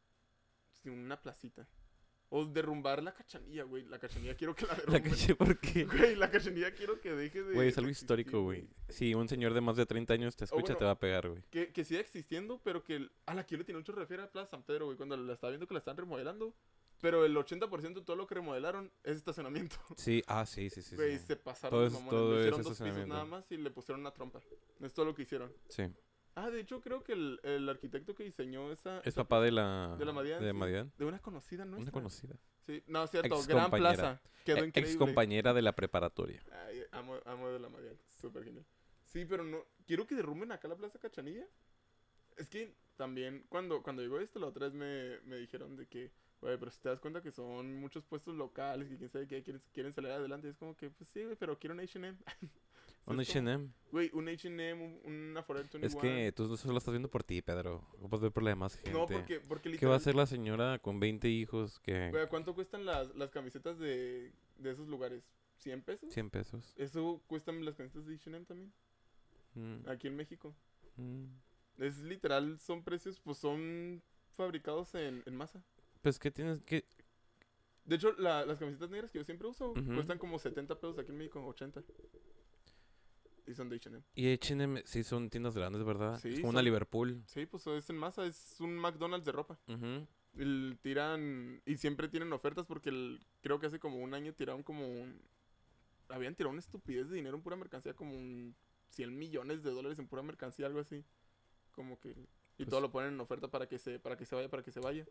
Sin una placita. O derrumbar la cachanilla, güey. La cachanilla quiero que la La derrumben. caché porque... Güey, la cachanilla quiero que deje de... Güey, es algo de existir, histórico, güey. Si un señor de más de treinta años te escucha, bueno. te va a pegar, güey. Que, que siga existiendo, pero que... el- A la que yo le tenía un chorro de fiera a Plaza San Pedro, güey. Cuando la estaba viendo que la están remodelando. Pero el ochenta por ciento de todo lo que remodelaron es estacionamiento. Sí, ah, sí, sí, sí. Güey, sí. se pasaron Todo de es- mamones. todo Le es hicieron dos pisos estacionamiento. nada más y le pusieron una trompa. Es todo lo que hicieron. Sí. Ah, de hecho, creo que el, el arquitecto que diseñó esa... Es esa papá de la... de la Madian. De sí. Madian. De una conocida, ¿no? Una conocida. Sí, no, es cierto. Ex Gran compañera. Plaza. Quedó Eh, increíble. Ex compañera de la preparatoria. Ay, amo, amo de la Madian. Súper genial. Sí, pero no... Quiero que derrumben acá la Plaza Cachanilla. Es que también cuando, cuando llegó esto, la otra vez me, me dijeron de que... Güey, pero si te das cuenta que son muchos puestos locales, que quién sabe qué quieren, quieren salir adelante. Y es como que, pues sí, güey, pero quiero un H and M. Un H and M. Güey, un H and M, un- una Forever Es veintiuno. que tú solo lo estás viendo por ti, Pedro. Ocupas ver por la demás gente. No, porque, porque ¿Qué va a literal... hacer la señora con veinte hijos que... Güey, ¿cuánto cuestan las, las camisetas de, de esos lugares? ¿cien pesos? cien pesos. Eso cuestan las camisetas de H and M también, Mm, aquí en México. mm. Es literal, son precios, pues son fabricados en, en masa. Pues que tienes que... De hecho, la, las camisetas negras que yo siempre uso Ujú. cuestan como setenta pesos aquí en México, ochenta. Y son de H and M. Y H and M sí son tiendas grandes, ¿verdad? Sí, es como una son- Liverpool. Sí, pues es en masa, es un McDonald's de ropa. Ujú. El, tiran y siempre tienen ofertas porque el- creo que hace como un año tiraron como un... Habían tirado una estupidez de dinero en pura mercancía, como un cien millones de dólares en pura mercancía, algo así. Como que... Y Pues- todo lo ponen en oferta para que se, para que se vaya, para que se vaya.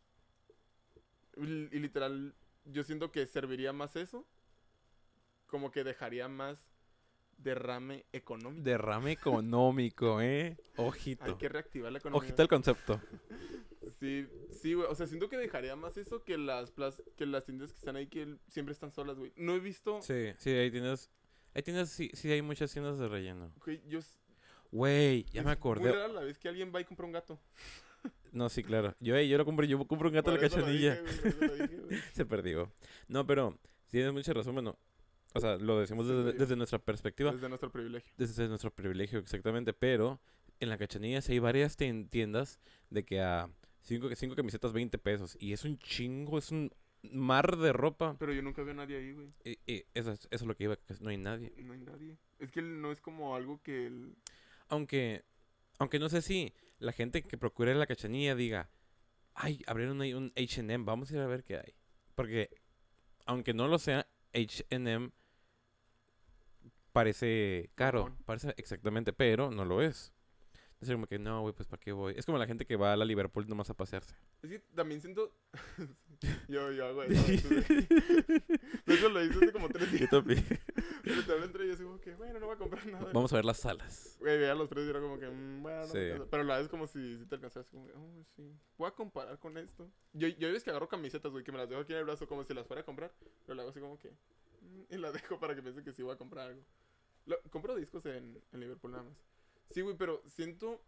Y, y literal, yo siento que serviría más eso, como que dejaría más derrame económico. Derrame económico, ¿eh? Hay Ojito. que reactivar la economía. Ojito al concepto. Sí, sí, güey. O sea, siento que dejaría más eso que las plaz- que las tiendas que están ahí que el- siempre están solas, güey. No he visto. Sí, sí, ahí tienes... Ahí tienes, sí, sí, hay muchas tiendas de relleno. Güey, yo. s- Güey, ya es me muy acordé. rara la vez que alguien va y compra un gato. No, sí, claro. Yo, ey, yo lo compro, yo compro un gato a la Por eso lo cachanilla. dije, güey, por eso lo dije, güey. Se perdió. No, pero tienes mucha razón, bueno. O sea, lo decimos Se desde, perdió. desde nuestra perspectiva. Desde nuestro privilegio. Desde nuestro privilegio, exactamente. Pero en la cachanilla sí hay varias tien- tiendas de que a cinco, cinco camisetas veinte pesos. Y es un chingo, es un mar de ropa. Pero yo nunca veo a nadie ahí, güey. Y, y eso, es, eso es lo que iba, que no hay nadie. No hay nadie. Es que no es como algo que el... Aunque, aunque no sé si la gente que procure la cachanilla diga, ay, abrieron ahí un H and M, vamos a ir a ver qué hay. Porque, aunque no lo sea, H and M parece caro, Mamón. parece exactamente, pero no lo es. Es como que, no, güey, pues ¿para qué voy? Es como la gente que va a la Liverpool nomás a pasearse. Es que también siento... yo, yo hago eso. güey. De hecho, lo hice hace como tres Yo días. también. Pero te entré y yo así como que, bueno, no voy a comprar nada. Vamos a ver las salas. Güey, veía los precios y era como que, mm, bueno, no Sí. me alcanza. Pero la vez es como si, si te alcanzas, como, oh, sí. Voy a comparar con esto. Yo, yo es que agarro camisetas, güey, que me las dejo aquí en el brazo como si las fuera a comprar. Pero la hago así como que, mm, y las dejo para que piense que sí voy a comprar algo. Lo- compro discos en, en Liverpool nada más. Sí, güey, pero siento,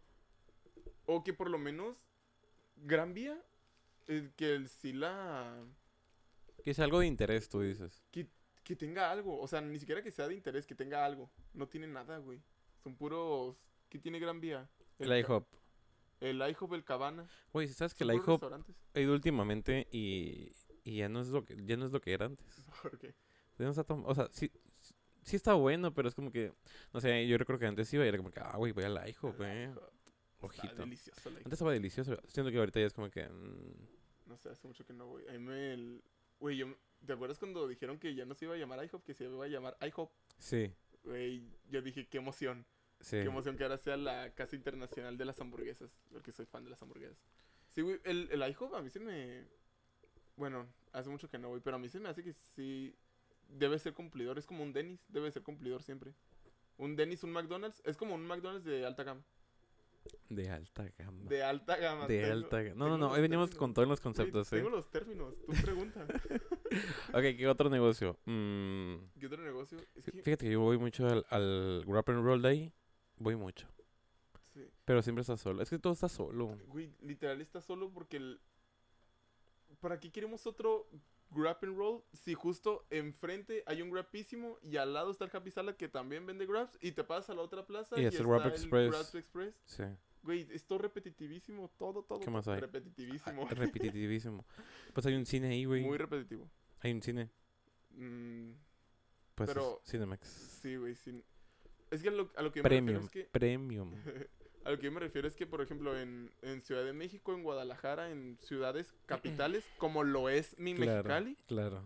o que por lo menos, Gran Vía, eh, que el, sí la... Que es algo de interés, tú dices. Que, que tenga algo. O sea, ni siquiera que sea de interés, que tenga algo. No tiene nada, güey. Son puros... ¿Qué tiene Gran Vía? El Ca- IHOP. El IHOP, el Cabana. Güey, ¿sabes que Son el puros IHOP restaurantes. ha ido últimamente y, y ya no es lo que ya no es lo que era antes? ¿Por qué? Ya no está tan- o sea, sí, sí está bueno, pero es como que, no sé, yo recuerdo que antes iba y era como que, ah, güey, voy al IHOP, güey. IHOP. Está Ojito. delicioso el IHOP. Antes estaba delicioso, siento que ahorita ya es como que, mm, No sé, hace mucho que no voy. A mí me... el- Güey, yo... ¿Te acuerdas cuando dijeron que ya no se iba a llamar IHOP? Que se iba a llamar IHOP. sí, Güey, yo dije, qué emoción. sí. Qué emoción que ahora sea la casa internacional de las hamburguesas. Porque soy fan de las hamburguesas. Sí, güey, el, el IHOP a mí se me... Bueno, hace mucho que no voy, pero a mí se me hace que sí... Debe ser cumplidor, es como un Denny's, debe ser cumplidor siempre. Un Denny's, un McDonald's, es como un McDonald's de alta gama. De alta gama. De alta gama. De tengo- alta gama. No, tengo no, no, los hoy venimos términos. con todos los Güey, conceptos, ¿eh? Tengo los términos, tú pregunta. Ok, ¿qué otro negocio? Mm, ¿Qué otro negocio? Es que, fíjate que yo voy mucho al, al Grab and Roll de ahí. Voy mucho. sí. Pero siempre está solo. Es que todo está solo. Güey, literal está solo porque el... ¿Para qué queremos otro Grab and Roll si justo enfrente hay un Grapísimo y al lado está el Happy Salad que también vende Grabs y te pasas a la otra plaza Y y, es el está Grab el Express. Grab Express? Sí. Güey, es todo repetitivísimo, todo, todo. ¿Qué más hay? Repetitivísimo. Ah, repetitivísimo. Pues hay un cine ahí, güey. Muy repetitivo. Hay un cine. Mm, Pues Pero- es Cinemax. sí, güey, sí. Es que a lo, a lo que yo me refiero Premium. es que... Premium. A lo que yo me refiero es que, por ejemplo, en, en Ciudad de México, en Guadalajara, en ciudades capitales, como lo es mi Claro, Mexicali, claro.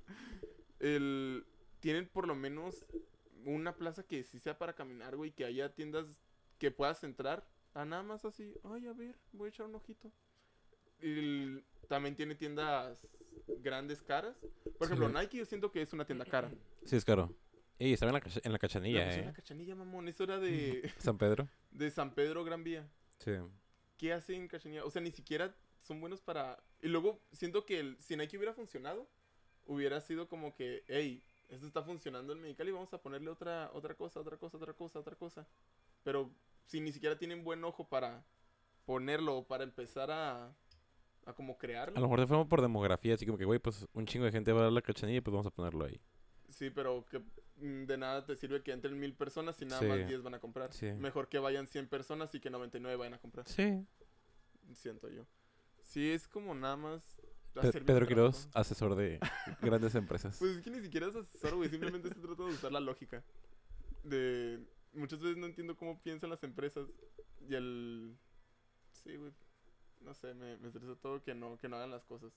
el, tienen por lo menos una plaza que sí sea para caminar, güey, que haya tiendas que puedas entrar a nada más así, ay, a ver, voy a echar un ojito. El- también tiene tiendas grandes, caras. Por Sí. ejemplo, Nike yo siento que es una tienda cara. Sí, es caro. Ey, estaba en la, cacha- en la La cachanilla, pusieron en eh. la Cachanilla, mamón, eso era de, San Pedro. de San Pedro Gran Vía. Sí. ¿Qué hacen Cachanilla? O sea, ni siquiera son buenos para... Y luego siento que el, si Nike hubiera funcionado, hubiera sido como que, hey, esto está funcionando en Mexicali, vamos a ponerle otra, otra cosa, otra cosa, otra cosa, otra cosa. Pero si ni siquiera tienen buen ojo para ponerlo o para empezar a, a como A crearlo. lo mejor te fuimos por demografía, así como que, güey, pues un chingo de gente va a la cachanilla, pues vamos a ponerlo ahí. Sí, pero que mm, de nada te sirve que entren mil personas y nada Sí. más diez van a comprar. Sí. Mejor que vayan cien personas y que noventa y nueve vayan a comprar. Sí. Siento yo. Sí, es como nada más... Pe- hacer bien Pedro mi Quiroz, trabajo. asesor de grandes empresas. Pues es que ni siquiera es asesor, güey. Simplemente se trata de usar la lógica. De... Muchas veces no entiendo cómo piensan las empresas. Y el... Sí, güey. No sé, me, me estresa todo que no, que no hagan las cosas.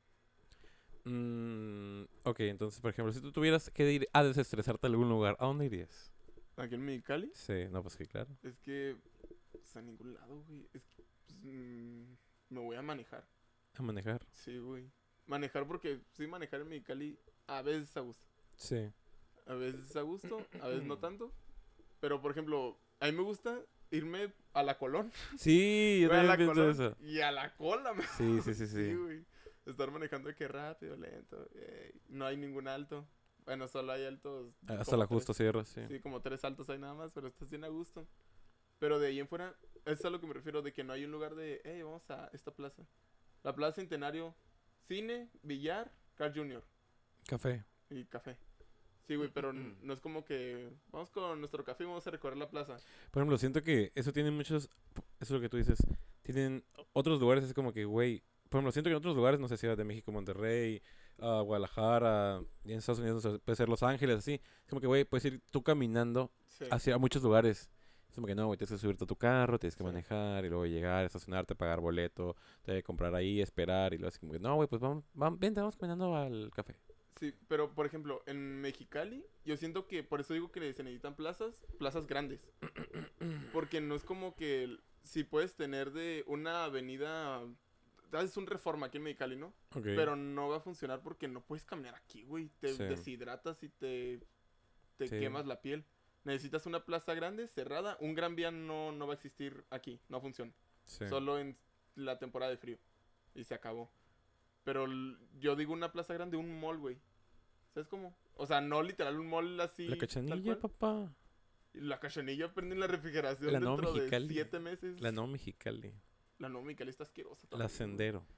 Mm, ok, entonces, por ejemplo, si tú tuvieras que ir a desestresarte a algún lugar, ¿a dónde irías? Aquí en Mexicali, Sí, no, pues sí, claro. es que... Pues a ningún lado, güey. Es que... Pues, mm, me voy a manejar. A manejar. Sí, güey. Manejar porque sí, manejar en Mexicali a veces a gusto. Sí. A veces a gusto, a veces no tanto. Pero, por ejemplo, a mí me gusta irme a la Colón. Sí, yo Güey, a también la pienso Colón eso. y a la cola, me- Sí, sí, sí, Sí, sí. güey. Estar manejando de que rápido, lento. ey, No hay ningún alto. Bueno, solo hay altos. Hasta como la justo tres- cierra, sí. Sí, como tres altos hay nada más, pero estás bien a gusto. Pero de ahí en fuera, eso es a lo que me refiero, de que no hay un lugar de, hey, vamos a esta plaza. La Plaza Centenario, cine, billar, Carl junior Café. y café. Sí, güey, pero n- no es como que vamos con nuestro café y vamos a recorrer la plaza. Por ejemplo, siento que eso tiene muchos. Eso es lo que tú dices. Tienen otros lugares, es como que, güey. Por ejemplo, siento que en otros lugares, no sé, Ciudad de México, Monterrey, ah, Guadalajara, y en Estados Unidos, no sé, puede ser Los Ángeles, así. Es como que, güey, puedes ir tú caminando Sí. hacia muchos lugares. Es como que no, güey, tienes que subirte a tu carro, tienes que Sí. manejar, y luego llegar, estacionarte, pagar boleto, te hay que comprar ahí, esperar, y luego así como que, no, güey, pues vamos, vamos, vente, vamos caminando al café. Sí, pero por ejemplo, en Mexicali, yo siento que por eso digo que se necesitan plazas, plazas grandes. Porque no es como que el- si puedes tener de una avenida, haces un Reforma aquí en Mexicali, ¿no? Ok. Pero no va a funcionar porque no puedes caminar aquí, güey. Te Sí. deshidratas y te, te Sí. quemas la piel. Necesitas una plaza grande, cerrada. Un Gran Vía no, no va a existir aquí, no funciona. Sí. Solo en la temporada de frío. Y se acabó. Pero l- yo digo una plaza grande, un mall, güey. ¿Sabes cómo? O sea, no literal un mall así. La tal cachanilla, cual. papá. Y la cachanilla prende en la refrigeración La no dentro de Mexicali. siete meses. La no Mexicali. La no Mexicali está asquerosa La también, güey. Sendero.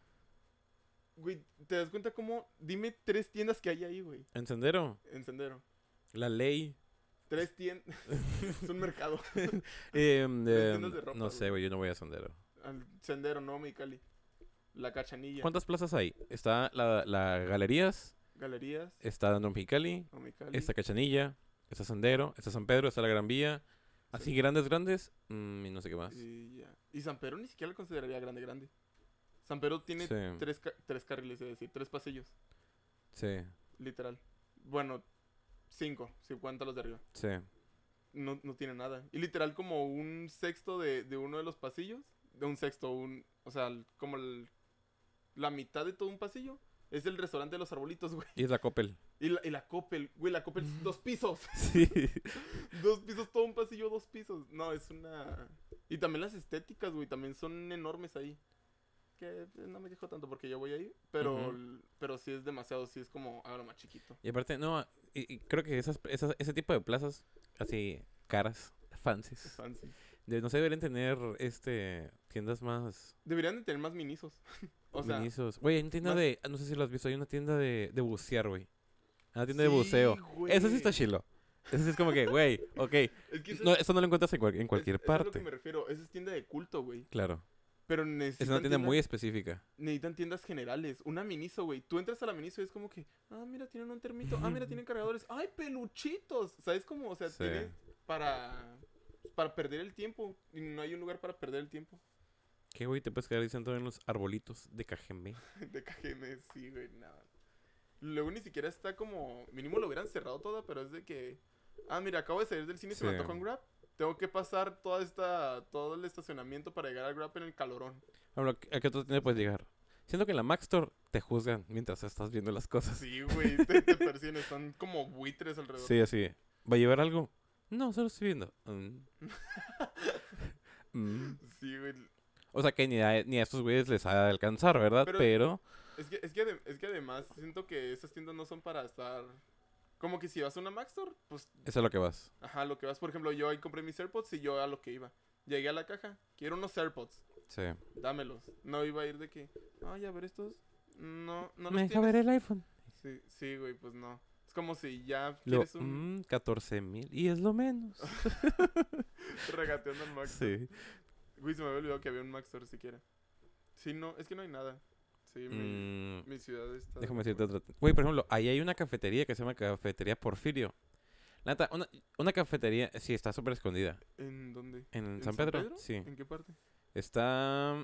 Güey, ¿te das cuenta cómo? Dime tres tiendas que hay ahí, güey. En Sendero. En Sendero. La Ley. Tres tiendas. Es un mercado. Em, Tres em, tiendas de ropa, no sé, güey. güey, yo no voy a Sendero. Al Sendero, no Mexicali. La cachanilla. ¿Cuántas plazas hay? Está la, la Galerías, Galerías. está No Mexicali, No Mexicali. está Cachanilla, está Sendero, está San Pedro, está la Gran Vía. Así Sí. grandes, grandes, mm, y no sé qué más. Y ya. Y San Pedro ni siquiera la consideraría grande, grande. San Pedro tiene Sí. tres, ca- tres carriles, es decir, tres pasillos. Sí, Literal. Bueno, cinco, si cuenta los de arriba. sí. No, no tiene nada. Y literal como un sexto de, de uno de los pasillos. De un sexto, un... O sea, el- como el- la mitad de todo un pasillo. Es el restaurante de los arbolitos, güey. Y es la Coppel. Y la, y la Coppel, güey, la Coppel es dos pisos. Sí. Dos pisos, todo un pasillo, dos pisos. No, es una... Y también las estéticas, güey, también son enormes ahí. Que eh, no me quejo tanto porque yo voy ahí. Pero, Ujú. pero sí es demasiado, sí es como algo más chiquito. Y aparte, no, y, y creo que esas, esas, ese tipo de plazas, así, caras, Es fancies, fancy. de, no sé, deberían tener, este, tiendas más Deberían de tener más minisos. O sea, minisos. Güey, hay una tienda más- de, no sé si lo has visto, hay una tienda de, de bucear, güey. Una tienda de sí, buceo. güey. Eso sí está chilo. Eso sí es como que, güey, ok. Es que eso, No, eso no lo encuentras en, cual- en es- cualquier eso es a lo que parte. me refiero. Esa es tienda de culto, güey. Claro. Pero Es necesitan una tienda tiendas- muy específica. necesitan tiendas generales. Una Miniso, güey. Tú entras a la Miniso y es como que, ah, mira, tienen un termito. Ah, mira, tienen cargadores. ¡Ay, peluchitos! ¿Sabes cómo? O sea, Sí. tiene para, para perder el tiempo. Y no hay un lugar para perder el tiempo. ¿Qué, güey? Te puedes quedar ahí sentado en los arbolitos de Cajembe. De K G M, sí, güey, nada. Luego ni siquiera está como. Mínimo lo hubieran cerrado toda, pero es de que. Ah, mira, acabo de salir del cine y se me Sí. antoja un Grab. Tengo que pasar toda esta, todo el estacionamiento para llegar al Grab en el calorón. Hablo, ¿a qué otra tienda puedes llegar? Siento que en la Mac Store te juzgan mientras estás viendo las cosas. Sí, güey, te, te persiguen, están como buitres alrededor. Sí, así. ¿Va a llevar algo? No, solo estoy viendo. Mm. Mm. Sí, güey. O sea que ni a, ni a estos güeyes les ha de alcanzar, ¿verdad? Pero- Pero... Es que, es, que adem- es que además siento que esas tiendas no son para estar. Como que si vas a una Mac Store, pues, Eso es a lo que vas. ajá, lo que vas. Por ejemplo, yo ahí compré mis AirPods y yo a lo que iba. Llegué a la caja, quiero unos AirPods, Sí. dámelos. No iba a ir de que, ay, a ver estos. No, no los Me deja tienes. ver el iPhone. Sí, sí, güey, pues no. Es como si ya Lo, quieres un mm, catorce mil. Y es lo menos. regateando en Mac Store. Sí. Güey, se me había olvidado que había un Mac Store siquiera. Sí, no, es que no hay nada. Sí, mi, Mm, mi ciudad está... déjame decirte otra. Güey, por ejemplo, ahí hay una cafetería que se llama Cafetería Porfirio. La neta, una, una cafetería, sí, está súper escondida. ¿En dónde? ¿En ¿En San San Pedro? Pedro? Sí. ¿En qué parte? Está...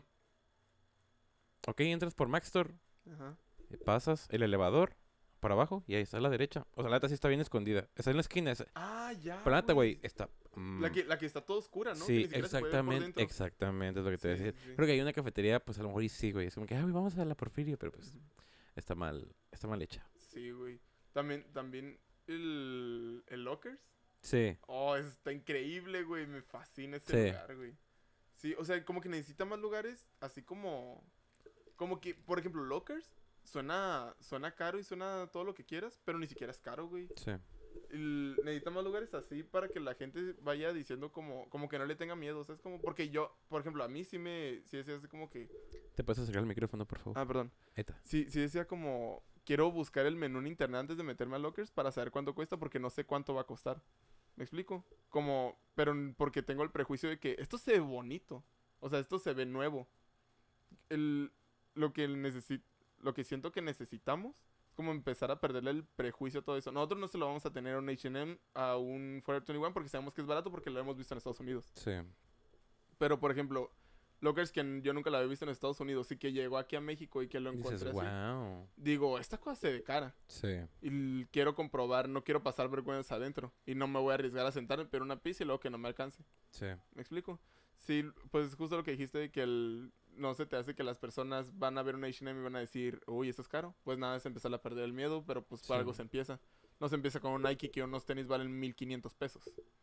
Ok, entras por Maxtor, Ajá. eh, pasas el elevador para abajo y ahí está a la derecha. O sea, la neta sí está bien escondida. Está en la esquina. es- Ah, ya, Pero la neta, güey, güey. está... mm, La que, la que está toda oscura, ¿no? Que sí, ni siquiera se puede ver por exactamente, dentro. exactamente es lo que te voy a Sí, decir. sí, sí. Creo que hay una cafetería, pues a lo mejor y sí, güey. Es como que, ah, güey, vamos a la Porfirio, pero pues Ujú. está mal, está mal hecha. Sí, güey. También, también el, el Lockers. Sí, Oh, eso está increíble, güey. Me fascina ese Sí. lugar, güey. Sí, o sea, como que necesita más lugares, así como... Como que, por ejemplo, Lockers suena, suena caro y suena todo lo que quieras, pero ni siquiera es caro, güey. sí. El- necesita más lugares así para que la gente vaya diciendo como, como que no le tenga miedo, o sea, es como... Porque yo, por ejemplo, a mí sí me... Sí decía así como que... ¿Te puedes acercar el micrófono, por favor? Ah, perdón. Ahí está. Sí, sí decía como... Quiero buscar el menú en internet antes de meterme a Lockers para saber cuánto cuesta porque no sé cuánto va a costar. ¿Me explico? Como... Pero n- porque tengo el prejuicio de que esto se ve bonito. O sea, esto se ve nuevo. El, lo que necesi- lo que siento que necesitamos es como empezar a perderle el prejuicio a todo eso. Nosotros no se lo vamos a tener a un H and M, a un Forever veintiuno porque sabemos que es barato porque lo hemos visto en Estados Unidos. Sí, Pero, por ejemplo, Lockers que n- yo nunca lo había visto en Estados Unidos y que llegó aquí a México y que lo dices, encontré así. wow. Digo, esta cosa se ve cara. Sí, Y l- quiero comprobar, no quiero pasar vergüenzas adentro. Y no me voy a arriesgar a sentarme, pero una pizza y luego que no me alcance. sí. ¿Me explico? Sí, pues justo lo que dijiste de que el, no se te hace que las personas van a ver un H and M y van a decir, uy, esto es caro. Pues nada, es empezar a perder el miedo, pero pues por Sí. algo se empieza. No se empieza con un Nike que unos tenis valen mil quinientos pesos.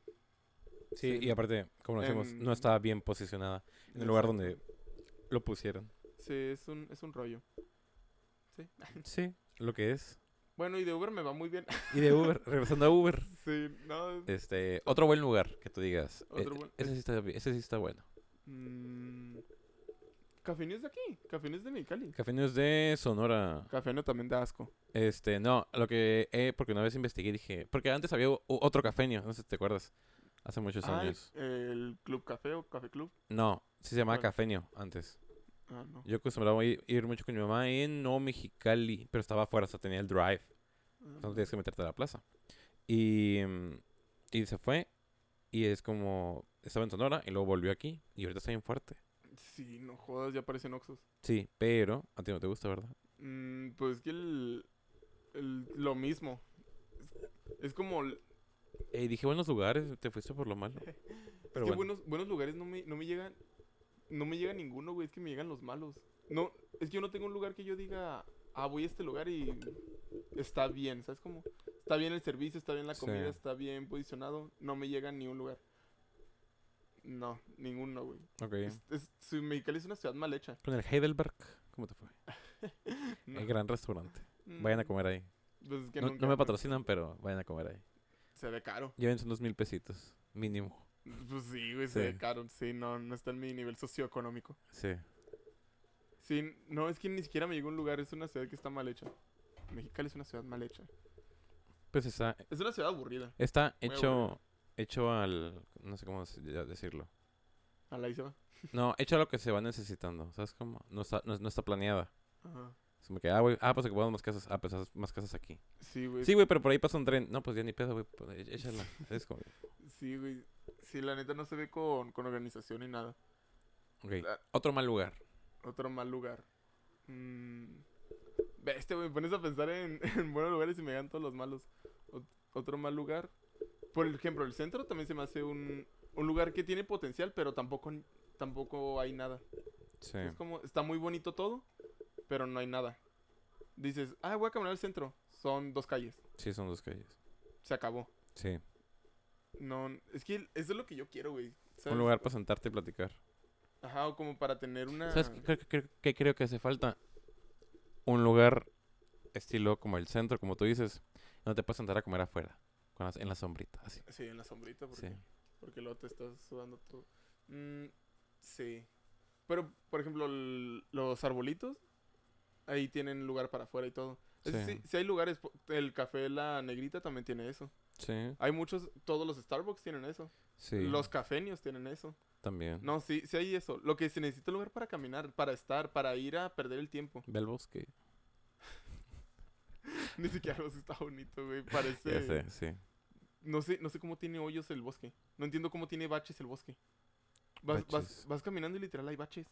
Sí, Sí. y aparte, como lo decimos, En- no estaba bien posicionada en el lugar Exacto. donde lo pusieron. Sí, es un, es un rollo. Sí. Sí, lo que es. Bueno, y de Uber me va muy bien. Y de Uber, regresando a Uber. Sí, no. Este, otro buen lugar que tú digas. Otro eh, buen- ese, sí está, bi- ese sí está bueno. Mm, Café News de aquí. Café News de Mexicali. Café News de Sonora. Café News también da asco. Este, no, lo que, eh, porque una vez investigué y dije, porque antes había o- otro cafeño, no sé si te acuerdas, hace muchos Ah, el, años. el Club Café o Café Club. No, sí se llamaba ¿Cuál? Cafeño antes. Ah, no. Yo acostumbraba a ir, ir mucho con mi mamá en No Mexicali, pero estaba afuera, o sea, tenía el drive, Ah, no tenías que meterte a la plaza. Y, mm, y se fue, y es como, estaba en Sonora, y luego volvió aquí, y ahorita está bien fuerte. sí, no jodas, ya parecen Oxxos. Sí, pero a ti no te gusta, ¿verdad? Mm, pues que el, el- lo mismo. Es, es como... el- Y dije, buenos lugares, te fuiste por lo malo. es Pero que bueno, buenos, buenos lugares no me, no me llegan... No me llega ninguno, güey. Es que me llegan los malos. No, es que yo no tengo un lugar que yo diga... Ah, voy a este lugar y... Está bien, ¿sabes cómo? Está bien el servicio, está bien la Sí. comida, está bien posicionado. No me llega ni un lugar. No, ninguno, güey. ok. Es, es, su- Mexicali es una ciudad mal hecha. Con el Heidelberg, ¿cómo te fue? No. El gran restaurante. Vayan a Mm, comer ahí. Pues es que No, nunca no me fui. patrocinan, pero vayan a comer ahí. Se ve caro. Llévense unos mil pesitos, mínimo. Pues sí, güey, se Sí. ve caro. Sí, no, no está en mi nivel socioeconómico. Sí. Sí, no, es que ni siquiera me llegó a un lugar. Es una ciudad que está mal hecha. Mexicali es una ciudad mal hecha. Pues está, Es una ciudad aburrida. está Muy hecho, hecho al, no sé cómo se- ya decirlo. A la ahí se va. No, hecho a lo que se va necesitando, ¿sabes cómo? No está, no, no está planeada. Ajá. Es como que, ah, güey, ah, pues ocupamos más casas, ah, pues haz más casas aquí. Sí, güey. Sí, güey, pero por ahí pasa un tren. No, pues ya ni pedo, güey, pues, é- échala. Es como, Sí, güey. Sí, la neta no se ve con, con organización ni nada. ok, La- otro mal lugar. Otro mal lugar. Mm. Ve, este, güey, me pones a pensar en, en buenos lugares y me llegan todos los malos. Ot- otro mal lugar. Por ejemplo, el centro también se me hace un, un lugar que tiene potencial, pero tampoco, tampoco hay nada. Sí. Es como, está muy bonito todo, pero no hay nada. Dices, ah, voy a caminar al centro. Son dos calles. Sí, son dos calles. Se acabó. Sí. No, es que eso es lo que yo quiero, güey. ¿Sabes? Un lugar para sentarte y platicar. Ajá, o como para tener una... ¿Sabes qué, creo- creo- qué creo que hace falta? Un lugar estilo como el centro, como tú dices, donde te puedes sentar a comer afuera, con las- en la sombrita, así. Sí, en la sombrita, porque, Sí. porque luego te estás sudando todo. Mm, sí. Pero, por ejemplo, el- los arbolitos, ahí tienen lugar para afuera y todo. Es- Sí. Sí, sí hay lugares, po- el café La Negrita también tiene eso. Sí, Hay muchos, todos los Starbucks tienen eso. sí. Los cafenios tienen eso. También. No, sí, sí hay eso. Lo que se necesita es lugar para caminar, para estar, para ir a perder el tiempo. Ve al bosque. Ni siquiera el bosque está bonito, güey. Ya Parece... sé, sí. No sé, no sé cómo tiene hoyos el bosque. No entiendo cómo tiene baches el bosque. Vas, vas, Baches. vas caminando y literal hay baches.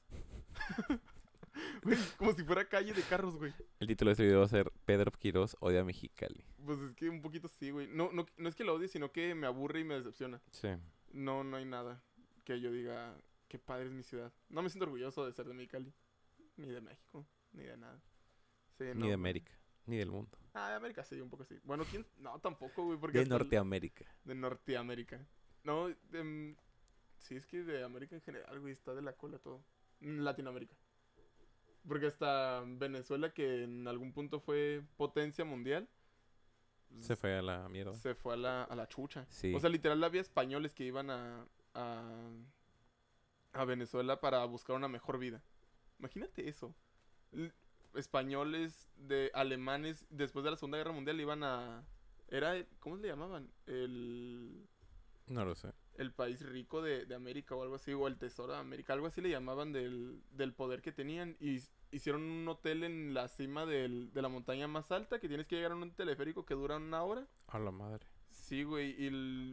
Güey, como si fuera calle de carros, güey. El título de este video va a ser Pedro Quirós odia a Mexicali. Pues es que un poquito sí, güey. No, no, no es que lo odie, sino que me aburre y me decepciona. Sí. No, no hay nada que yo diga, qué padre es mi ciudad. No me siento orgulloso de ser de Mexicali. Ni de México, ni de nada. Sí, no, Ni de güey. América. Ni del mundo. Ah, de América sí, un poco sí. Bueno, ¿quién? No, tampoco, güey, porque De hasta el- Norteamérica. de Norteamérica. No, de, mm, sí, es que de América en general, güey, está de la cola todo. Mm, Latinoamérica. Porque hasta Venezuela, que en algún punto fue potencia mundial, Se fue a la mierda. se fue a la, a la chucha. Sí. O sea, literal había españoles que iban a, a, a Venezuela para buscar una mejor vida. Imagínate eso. L- españoles, de alemanes, después de la Segunda Guerra Mundial iban a... Era, ¿cómo le llamaban? El, No lo sé. el país rico de, de América o algo así, o el tesoro de América, algo así le llamaban del, del poder que tenían. Y s- hicieron un hotel en la cima del- de la montaña más alta, que tienes que llegar en un teleférico que dura una hora. A la madre. Sí, güey, y el,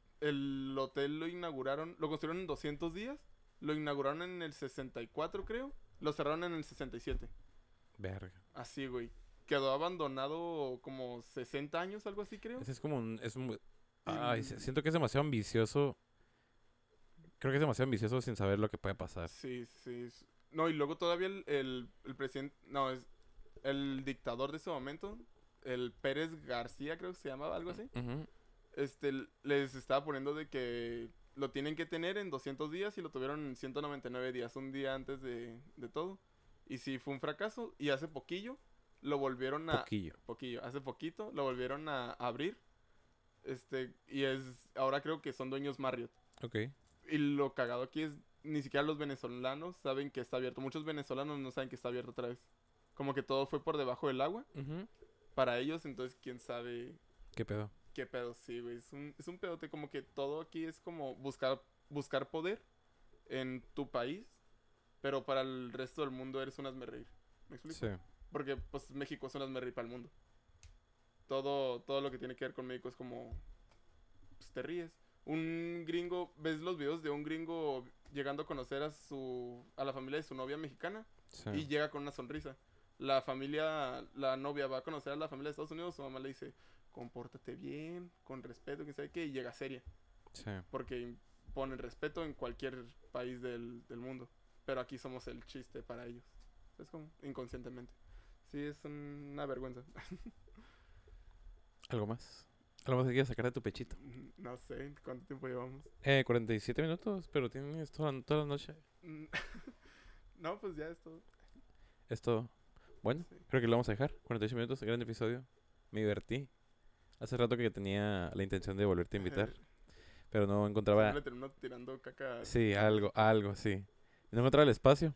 el hotel lo inauguraron, lo construyeron en doscientos días, lo inauguraron en el sesenta y cuatro, creo, lo cerraron en el sesenta y siete. Verga. Así, güey. Quedó abandonado como sesenta años, algo así, creo. Ese es como un... Es muy... Ay, Y- se- siento que es demasiado ambicioso. Creo que es demasiado ambicioso sin saber lo que puede pasar. Sí, sí. s- No, y luego todavía el, el, el presidente, no, es el dictador de ese momento, el Pérez García, creo que se llamaba, algo así. Ujú. Este, l- les estaba poniendo de que lo tienen que tener en doscientos días y lo tuvieron en ciento noventa y nueve días, un día antes de, de todo. Y sí, fue un fracaso. Y hace poquillo lo volvieron a... Poquillo. Poquillo. Hace poquito lo volvieron a abrir. Este, y es... Ahora creo que son dueños Marriott. Ok. Y lo cagado aquí es... Ni siquiera los venezolanos saben que está abierto. Muchos venezolanos no saben que está abierto otra vez. Como que todo fue por debajo del agua. Ujú. Para ellos, entonces, quién sabe... ¿Qué pedo? ¿Qué pedo? Sí, güey. Es un, es un pedote. Como que todo aquí es como buscar, buscar poder en tu país. Pero para el resto del mundo eres un hazmerreír. ¿Me explico? Sí. Porque, pues, México es un hazmerreír para el mundo. Todo, todo lo que tiene que ver con México es como... Pues te ríes. Un gringo... ¿Ves los videos de un gringo llegando a conocer a su... a la familia de su novia mexicana? Sí. Y llega con una sonrisa. La familia, la novia va a conocer a la familia de Estados Unidos, su mamá le dice, compórtate bien, con respeto, quién sabe qué, y llega seria. Sí. Porque ponen respeto en cualquier país del, del mundo. Pero aquí somos el chiste para ellos. Es como inconscientemente. Sí, es una vergüenza. ¿Algo más? ¿Algo más que quieras sacar de tu pechito? No sé cuánto tiempo llevamos. Eh, cuarenta y siete minutos, pero tienes toda, toda la noche. No, pues ya es todo. Es todo. Bueno, Sí. creo que lo vamos a dejar. cuarenta y ocho minutos, gran episodio. Me divertí. Hace rato que tenía la intención de volverte a invitar, pero no encontraba... Le termino tirando caca. Sí, algo, algo, sí. No encontraba el espacio.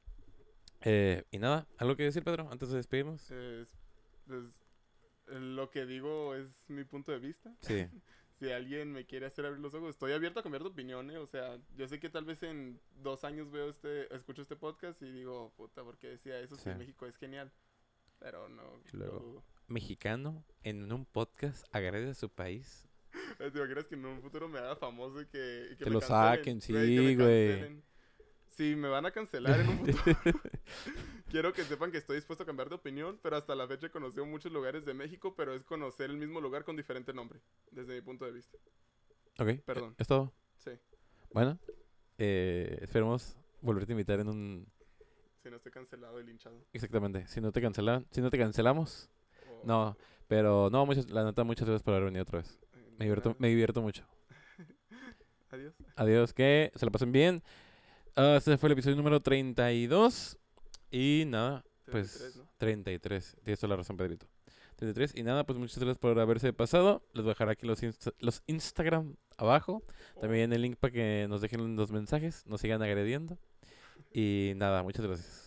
Eh, y nada, ¿algo que decir, Pedro, antes de despedirnos? Es, pues, eh, lo que digo es mi punto de vista. Sí, Si alguien me quiere hacer abrir los ojos, estoy abierto a cambiar de opinión, ¿eh? O sea, yo sé que tal vez en dos años veo este, escucho este podcast y digo, puta, ¿por qué decía eso? Si Sí. México es genial. Pero no, Y luego, lo dudo. mexicano en un podcast agrede a su país. ¿Te imaginas que en un futuro me haga famoso y que, y que Que me lo cancelen? saquen, sí, que me güey. cancelen. Si me van a cancelar en un futuro, quiero que sepan que estoy dispuesto a cambiar de opinión, pero hasta la fecha he conocido muchos lugares de México, pero es conocer el mismo lugar con diferente nombre, desde mi punto de vista. Ok, Perdón. eh, es todo. Sí, Bueno, eh, esperemos volverte a invitar en un... si no estoy cancelado y linchado. Exactamente, si no te cancelan, si no te cancelamos, O- no, pero no, muchas, la neta, muchas gracias por haber venido otra vez. eh, Me divierto, nada. me divierto mucho. Adiós. Adiós, que se la pasen bien. Ah, este fue el episodio número treinta y dos. Y nada, pues treinta y tres, ¿no? treinta y tres. Tienes toda la razón, Pedrito. treinta y tres. Y nada, pues muchas gracias por haberse pasado. Les voy a dejar aquí los, insta- los Instagram abajo. También el link para que nos dejen los mensajes, nos sigan agrediendo. Y nada, muchas gracias.